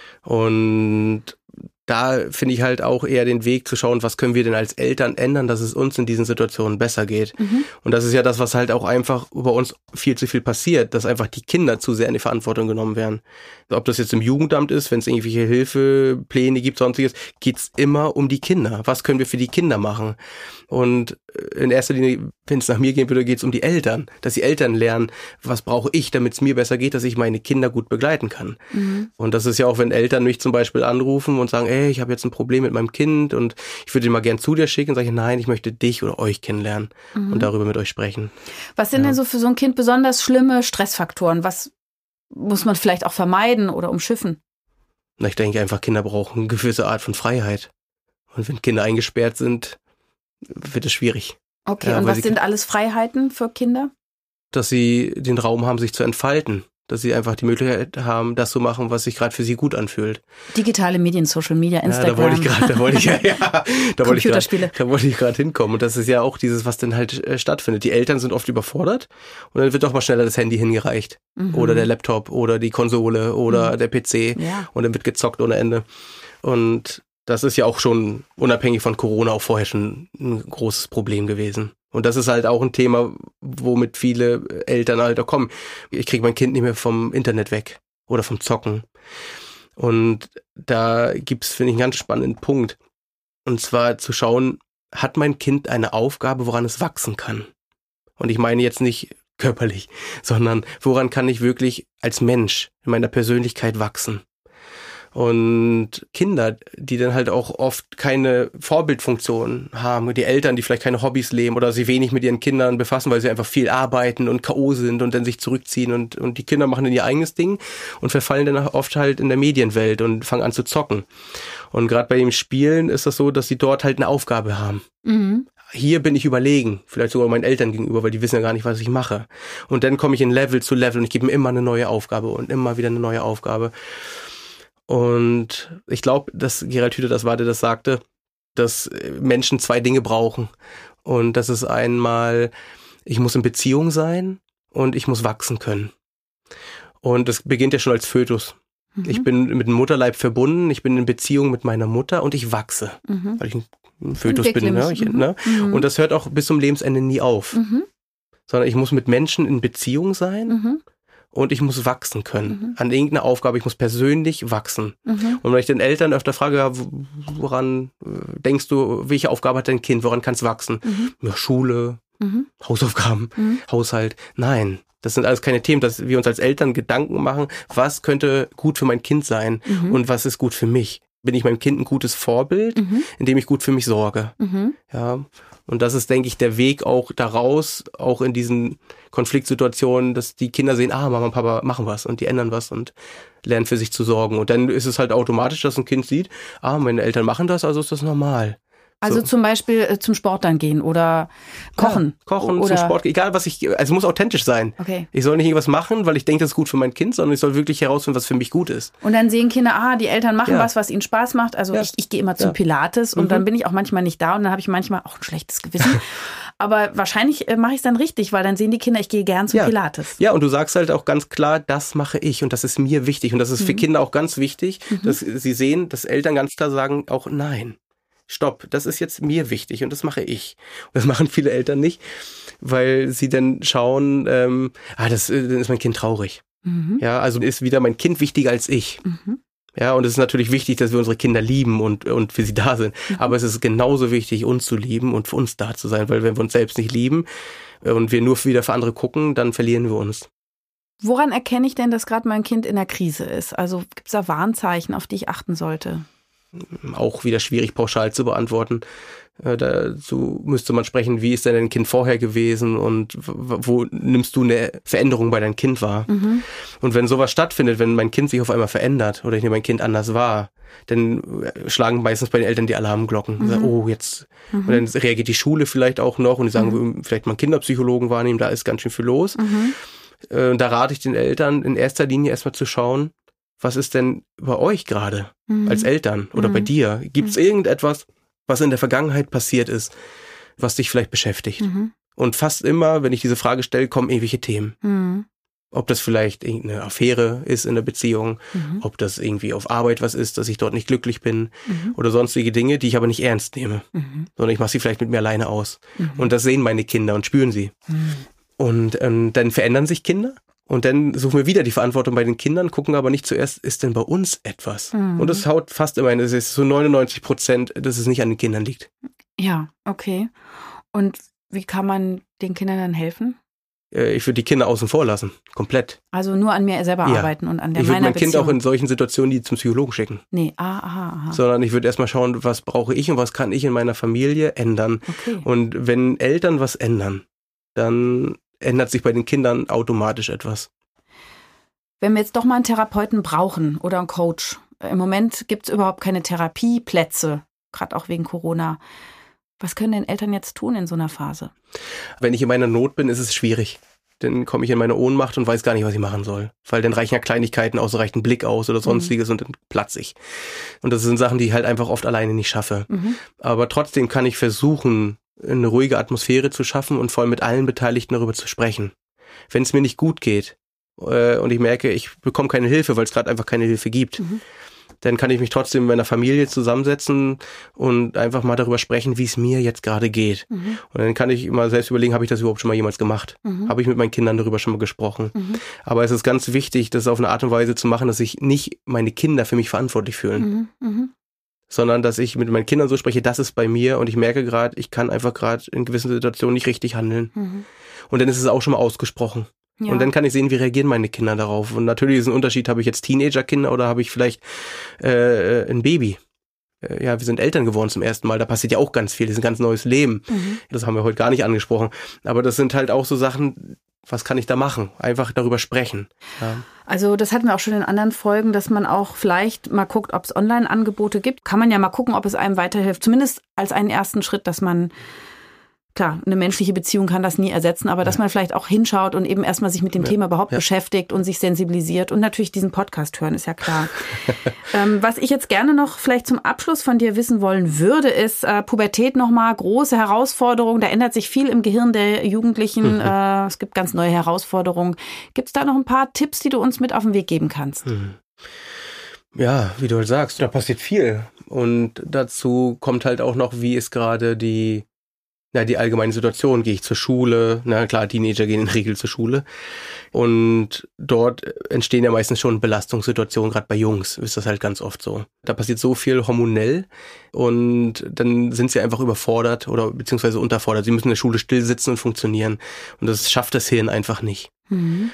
Und da finde ich halt auch eher den Weg zu schauen, was können wir denn als Eltern ändern, dass es uns in diesen Situationen besser geht. Mhm. Und das ist ja das, was halt auch einfach bei uns viel zu viel passiert, dass einfach die Kinder zu sehr in die Verantwortung genommen werden. Ob das jetzt im Jugendamt ist, wenn es irgendwelche Hilfepläne gibt, sonstiges, geht's immer um die Kinder. Was können wir für die Kinder machen? Und in erster Linie, wenn es nach mir gehen würde, geht's um die Eltern. Dass die Eltern lernen, was brauche ich, damit es mir besser geht, dass ich meine Kinder gut begleiten kann. Mhm. Und das ist ja auch, wenn Eltern mich zum Beispiel anrufen und sagen, ey, ich habe jetzt ein Problem mit meinem Kind und ich würde ihn mal gern zu dir schicken, sage ich, nein, ich möchte dich oder euch kennenlernen mhm. und darüber mit euch sprechen. Was sind ja. denn so für so ein Kind besonders schlimme Stressfaktoren? Was muss man vielleicht auch vermeiden oder umschiffen? Na, ich denke einfach, Kinder brauchen eine gewisse Art von Freiheit. Und wenn Kinder eingesperrt sind, wird es schwierig. Okay, ja, und was sind alles Freiheiten für Kinder? Dass sie den Raum haben, sich zu entfalten. Dass sie einfach die Möglichkeit haben, das zu machen, was sich gerade für sie gut anfühlt. Digitale Medien, Social Media, Instagram. Ja, da wollte ich gerade, da wollte ich ja, ja da wollte ich Computerspiele. Grad, da wollte ich gerade hinkommen. Und das ist ja auch dieses, was dann halt äh, stattfindet. Die Eltern sind oft überfordert und dann wird doch mal schneller das Handy hingereicht. Mhm. Oder der Laptop oder die Konsole oder mhm. der P C. Ja. Und dann wird gezockt ohne Ende. Und das ist ja auch schon unabhängig von Corona auch vorher schon ein großes Problem gewesen. Und das ist halt auch ein Thema, womit viele Eltern halt auch kommen. Ich kriege mein Kind nicht mehr vom Internet weg oder vom Zocken. Und da gibt's, finde ich, einen ganz spannenden Punkt. Und zwar zu schauen, hat mein Kind eine Aufgabe, woran es wachsen kann? Und ich meine jetzt nicht körperlich, sondern woran kann ich wirklich als Mensch in meiner Persönlichkeit wachsen? Und Kinder, die dann halt auch oft keine Vorbildfunktion haben, die Eltern, die vielleicht keine Hobbys leben oder sie wenig mit ihren Kindern befassen, weil sie einfach viel arbeiten und K O sind und dann sich zurückziehen und, und die Kinder machen dann ihr eigenes Ding und verfallen dann oft halt in der Medienwelt und fangen an zu zocken. Und gerade bei dem Spielen ist das so, dass sie dort halt eine Aufgabe haben. Mhm. Hier bin ich überlegen, vielleicht sogar meinen Eltern gegenüber, weil die wissen ja gar nicht, was ich mache. Und dann komme ich in Level zu Level und ich gebe mir immer eine neue Aufgabe und immer wieder eine neue Aufgabe. Und ich glaube, dass Gerald Hüther das war, der das sagte, dass Menschen zwei Dinge brauchen. Und das ist einmal, ich muss in Beziehung sein und ich muss wachsen können. Und das beginnt ja schon als Fötus. Mhm. Ich bin mit dem Mutterleib verbunden, ich bin in Beziehung mit meiner Mutter und ich wachse, mhm. weil ich ein Fötus bin. Ne? Ich, mhm. ne? Mhm. Und das hört auch bis zum Lebensende nie auf. Mhm. Sondern ich muss mit Menschen in Beziehung sein. Mhm. Und ich muss wachsen können mhm. an irgendeiner Aufgabe. Ich muss persönlich wachsen. Mhm. Und wenn ich den Eltern öfter frage, ja, woran denkst du, welche Aufgabe hat dein Kind, woran kann es wachsen? Mhm. Ja, Schule, mhm. Hausaufgaben, mhm. Haushalt. Nein, das sind alles keine Themen, dass wir uns als Eltern Gedanken machen, was könnte gut für mein Kind sein mhm. und was ist gut für mich. Bin ich meinem Kind ein gutes Vorbild, mhm. indem ich gut für mich sorge. Mhm. Ja. Und das ist, denke ich, der Weg auch daraus, auch in diesen Konfliktsituationen, dass die Kinder sehen, ah, Mama und Papa machen was und die ändern was und lernen für sich zu sorgen. Und dann ist es halt automatisch, dass ein Kind sieht, ah, meine Eltern machen das, also ist das normal. Also so. Zum Beispiel äh, zum Sport dann gehen oder kochen. Ja, kochen, oder zum Sport, egal was ich, also es muss authentisch sein. Okay. Ich soll nicht irgendwas machen, weil ich denke, das ist gut für mein Kind, sondern ich soll wirklich herausfinden, was für mich gut ist. Und dann sehen Kinder, ah, die Eltern machen ja. was, was ihnen Spaß macht. Also ja. ich, ich gehe immer zum ja. Pilates und mhm. dann bin ich auch manchmal nicht da und dann habe ich manchmal auch ein schlechtes Gewissen. Aber wahrscheinlich äh, mache ich es dann richtig, weil dann sehen die Kinder, ich gehe gern zum ja. Pilates. Ja, und du sagst halt auch ganz klar, das mache ich und das ist mir wichtig. Und das ist mhm. für Kinder auch ganz wichtig, mhm. dass sie sehen, dass Eltern ganz klar sagen, auch nein. Stopp, das ist jetzt mir wichtig und das mache ich. Und das machen viele Eltern nicht, weil sie dann schauen, ähm, ah, das, dann ist mein Kind traurig. Mhm. Ja, also ist wieder mein Kind wichtiger als ich. Mhm. Ja, und es ist natürlich wichtig, dass wir unsere Kinder lieben und, und für sie da sind. Mhm. Aber es ist genauso wichtig, uns zu lieben und für uns da zu sein, weil wenn wir uns selbst nicht lieben und wir nur wieder für andere gucken, dann verlieren wir uns. Woran erkenne ich denn, dass gerade mein Kind in der Krise ist? Also gibt es da Warnzeichen, auf die ich achten sollte? Auch wieder schwierig pauschal zu beantworten. Dazu müsste man sprechen, wie ist denn dein Kind vorher gewesen und wo nimmst du eine Veränderung bei deinem Kind wahr? Mhm. Und wenn sowas stattfindet, wenn mein Kind sich auf einmal verändert oder ich nehme mein Kind anders wahr, dann schlagen meistens bei den Eltern die Alarmglocken. Mhm. Sagen, oh, jetzt. Mhm. Und dann reagiert die Schule vielleicht auch noch und die sagen, mhm. vielleicht mal einen Kinderpsychologen wahrnehmen, da ist ganz schön viel los. Mhm. Da rate ich den Eltern in erster Linie erstmal zu schauen, was ist denn bei euch gerade Mhm. als Eltern oder Mhm. bei dir? Gibt es Mhm. irgendetwas, was in der Vergangenheit passiert ist, was dich vielleicht beschäftigt? Mhm. Und fast immer, wenn ich diese Frage stelle, kommen irgendwelche Themen. Mhm. Ob das vielleicht irgendeine Affäre ist in der Beziehung, Mhm. ob das irgendwie auf Arbeit was ist, dass ich dort nicht glücklich bin Mhm. oder sonstige Dinge, die ich aber nicht ernst nehme, Mhm. sondern ich mache sie vielleicht mit mir alleine aus. Mhm. Und das sehen meine Kinder und spüren sie. Mhm. Und ähm, dann verändern sich Kinder und dann suchen wir wieder die Verantwortung bei den Kindern, gucken aber nicht zuerst, ist denn bei uns etwas? Mhm. Und das haut fast immer hin, es ist so neunundneunzig Prozent, dass es nicht an den Kindern liegt. Ja, okay. Und wie kann man den Kindern dann helfen? Äh, ich würde die Kinder außen vor lassen, komplett. Also nur an mir selber Ja. arbeiten und an der Ich würde meiner mein Kind Beziehung. auch in solchen Situationen nie zum Psychologen schicken. Nee, ah, aha, aha. Sondern ich würde erstmal schauen, was brauche ich und was kann ich in meiner Familie ändern. Okay. Und wenn Eltern was ändern, dann ändert sich bei den Kindern automatisch etwas. Wenn wir jetzt doch mal einen Therapeuten brauchen oder einen Coach. Im Moment gibt es überhaupt keine Therapieplätze, gerade auch wegen Corona. Was können denn Eltern jetzt tun in so einer Phase? Wenn ich in meiner Not bin, ist es schwierig. Dann komme ich in meine Ohnmacht und weiß gar nicht, was ich machen soll. Weil dann reichen ja Kleinigkeiten aus, reicht ein Blick aus oder sonstiges mhm. und dann platze ich. Und das sind Sachen, die ich halt einfach oft alleine nicht schaffe. Mhm. Aber trotzdem kann ich versuchen, eine ruhige Atmosphäre zu schaffen und vor allem mit allen Beteiligten darüber zu sprechen. Wenn es mir nicht gut geht äh, und ich merke, ich bekomme keine Hilfe, weil es gerade einfach keine Hilfe gibt, mhm. dann kann ich mich trotzdem mit meiner Familie zusammensetzen und einfach mal darüber sprechen, wie es mir jetzt gerade geht. Mhm. Und dann kann ich immer selbst überlegen, habe ich das überhaupt schon mal jemals gemacht? Mhm. Habe ich mit meinen Kindern darüber schon mal gesprochen? Mhm. Aber es ist ganz wichtig, das auf eine Art und Weise zu machen, dass sich nicht meine Kinder für mich verantwortlich fühlen. Mhm. Mhm. Sondern dass ich mit meinen Kindern so spreche, das ist bei mir und ich merke gerade, ich kann einfach gerade in gewissen Situationen nicht richtig handeln. Mhm. Und dann ist es auch schon mal ausgesprochen. Ja. Und dann kann ich sehen, wie reagieren meine Kinder darauf. Und natürlich ist ein Unterschied, habe ich jetzt Teenagerkinder oder habe ich vielleicht äh, ein Baby. Äh, ja, wir sind Eltern geworden zum ersten Mal, da passiert ja auch ganz viel, das ist ein ganz neues Leben. Mhm. Das haben wir heute gar nicht angesprochen. Aber das sind halt auch so Sachen, was kann ich da machen? Einfach darüber sprechen. Ja. Also das hatten wir auch schon in anderen Folgen, dass man auch vielleicht mal guckt, ob es Online-Angebote gibt. Kann man ja mal gucken, ob es einem weiterhilft. Zumindest als einen ersten Schritt, dass man, klar, eine menschliche Beziehung kann das nie ersetzen, aber ja. dass man vielleicht auch hinschaut und eben erstmal sich mit dem ja. Thema überhaupt ja. beschäftigt und sich sensibilisiert und natürlich diesen Podcast hören, ist ja klar. ähm, was ich jetzt gerne noch vielleicht zum Abschluss von dir wissen wollen würde, ist äh, Pubertät nochmal, große Herausforderung, da ändert sich viel im Gehirn der Jugendlichen, mhm. äh, es gibt ganz neue Herausforderungen. Gibt es da noch ein paar Tipps, die du uns mit auf den Weg geben kannst? Mhm. Ja, wie du halt sagst, da passiert viel und dazu kommt halt auch noch, wie ist gerade die Na, die allgemeine Situation, gehe ich zur Schule, na klar, Teenager gehen in der Regel zur Schule und dort entstehen ja meistens schon Belastungssituationen, gerade bei Jungs ist das halt ganz oft so. Da passiert so viel hormonell und dann sind sie einfach überfordert oder beziehungsweise unterfordert. Sie müssen in der Schule still sitzen und funktionieren und das schafft das Hirn einfach nicht. Mhm.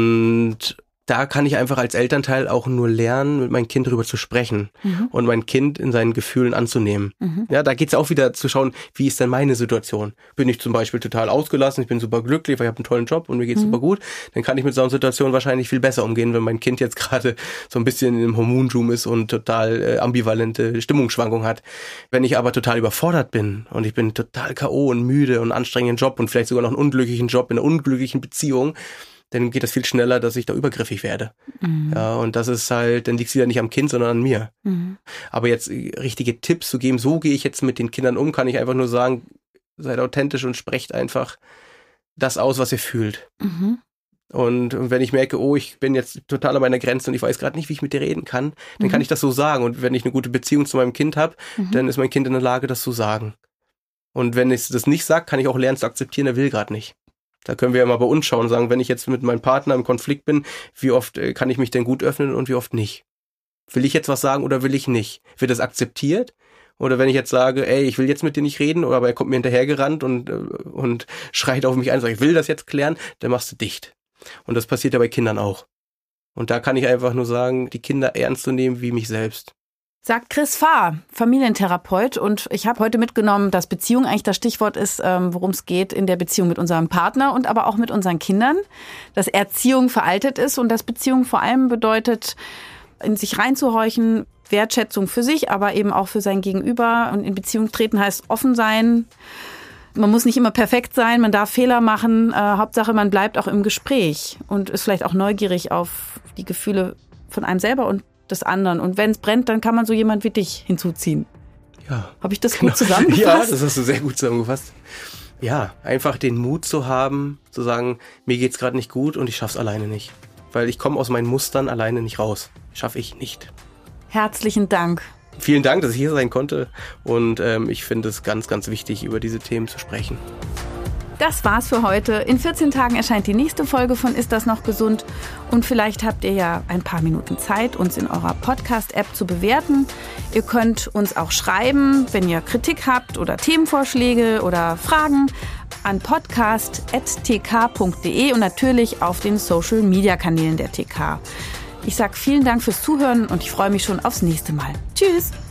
Und da kann ich einfach als Elternteil auch nur lernen, mit meinem Kind darüber zu sprechen mhm. und mein Kind in seinen Gefühlen anzunehmen. Mhm. Ja, da geht's auch wieder zu schauen, wie ist denn meine Situation? Bin ich zum Beispiel total ausgelassen, ich bin super glücklich, weil ich habe einen tollen Job und mir geht's mhm. super gut, dann kann ich mit so einer Situation wahrscheinlich viel besser umgehen, wenn mein Kind jetzt gerade so ein bisschen im Hormonzoom ist und total äh, ambivalente Stimmungsschwankungen hat. Wenn ich aber total überfordert bin und ich bin total K O und müde und anstrengenden Job und vielleicht sogar noch einen unglücklichen Job in einer unglücklichen Beziehung, dann geht das viel schneller, dass ich da übergriffig werde. Mhm. Ja, und das ist halt, dann liegt es wieder nicht am Kind, sondern an mir. Mhm. Aber jetzt richtige Tipps zu geben, so gehe ich jetzt mit den Kindern um, kann ich einfach nur sagen, seid authentisch und sprecht einfach das aus, was ihr fühlt. Mhm. Und wenn ich merke, oh, ich bin jetzt total an meiner Grenze und ich weiß gerade nicht, wie ich mit dir reden kann, dann mhm. kann ich das so sagen. Und wenn ich eine gute Beziehung zu meinem Kind habe, mhm. dann ist mein Kind in der Lage, das zu sagen. Und wenn ich das nicht sage, kann ich auch lernen zu akzeptieren, er will gerade nicht. Da können wir ja mal bei uns schauen und sagen, wenn ich jetzt mit meinem Partner im Konflikt bin, wie oft kann ich mich denn gut öffnen und wie oft nicht? Will ich jetzt was sagen oder will ich nicht? Wird das akzeptiert? Oder wenn ich jetzt sage, ey, ich will jetzt mit dir nicht reden, oder aber er kommt mir hinterhergerannt und, und schreit auf mich ein und sagt, ich will das jetzt klären, dann machst du dicht. Und das passiert ja bei Kindern auch. Und da kann ich einfach nur sagen, die Kinder ernst zu nehmen wie mich selbst. Sagt Chris Fahr, Familientherapeut. Und ich habe heute mitgenommen, dass Beziehung eigentlich das Stichwort ist, worum es geht in der Beziehung mit unserem Partner und aber auch mit unseren Kindern. Dass Erziehung veraltet ist und dass Beziehung vor allem bedeutet, in sich reinzuhorchen, Wertschätzung für sich, aber eben auch für sein Gegenüber. Und in Beziehung treten heißt offen sein. Man muss nicht immer perfekt sein, man darf Fehler machen. Äh, Hauptsache, man bleibt auch im Gespräch und ist vielleicht auch neugierig auf die Gefühle von einem selber und des anderen. Und wenn es brennt, dann kann man so jemand wie dich hinzuziehen. Ja. Habe ich das genau. gut zusammengefasst? Ja, das hast du sehr gut zusammengefasst. Ja, einfach den Mut zu haben, zu sagen, mir geht's gerade nicht gut und ich schaff's alleine nicht. Weil ich komme aus meinen Mustern alleine nicht raus. Schaffe ich nicht. Herzlichen Dank. Vielen Dank, dass ich hier sein konnte. Und ähm, ich finde es ganz, ganz wichtig, über diese Themen zu sprechen. Das war's für heute. In vierzehn Tagen erscheint die nächste Folge von Ist das noch gesund? Und vielleicht habt ihr ja ein paar Minuten Zeit, uns in eurer Podcast-App zu bewerten. Ihr könnt uns auch schreiben, wenn ihr Kritik habt oder Themenvorschläge oder Fragen, an podcast punkt t k punkt d e und natürlich auf den Social-Media-Kanälen der T K. Ich sage vielen Dank fürs Zuhören und ich freue mich schon aufs nächste Mal. Tschüss!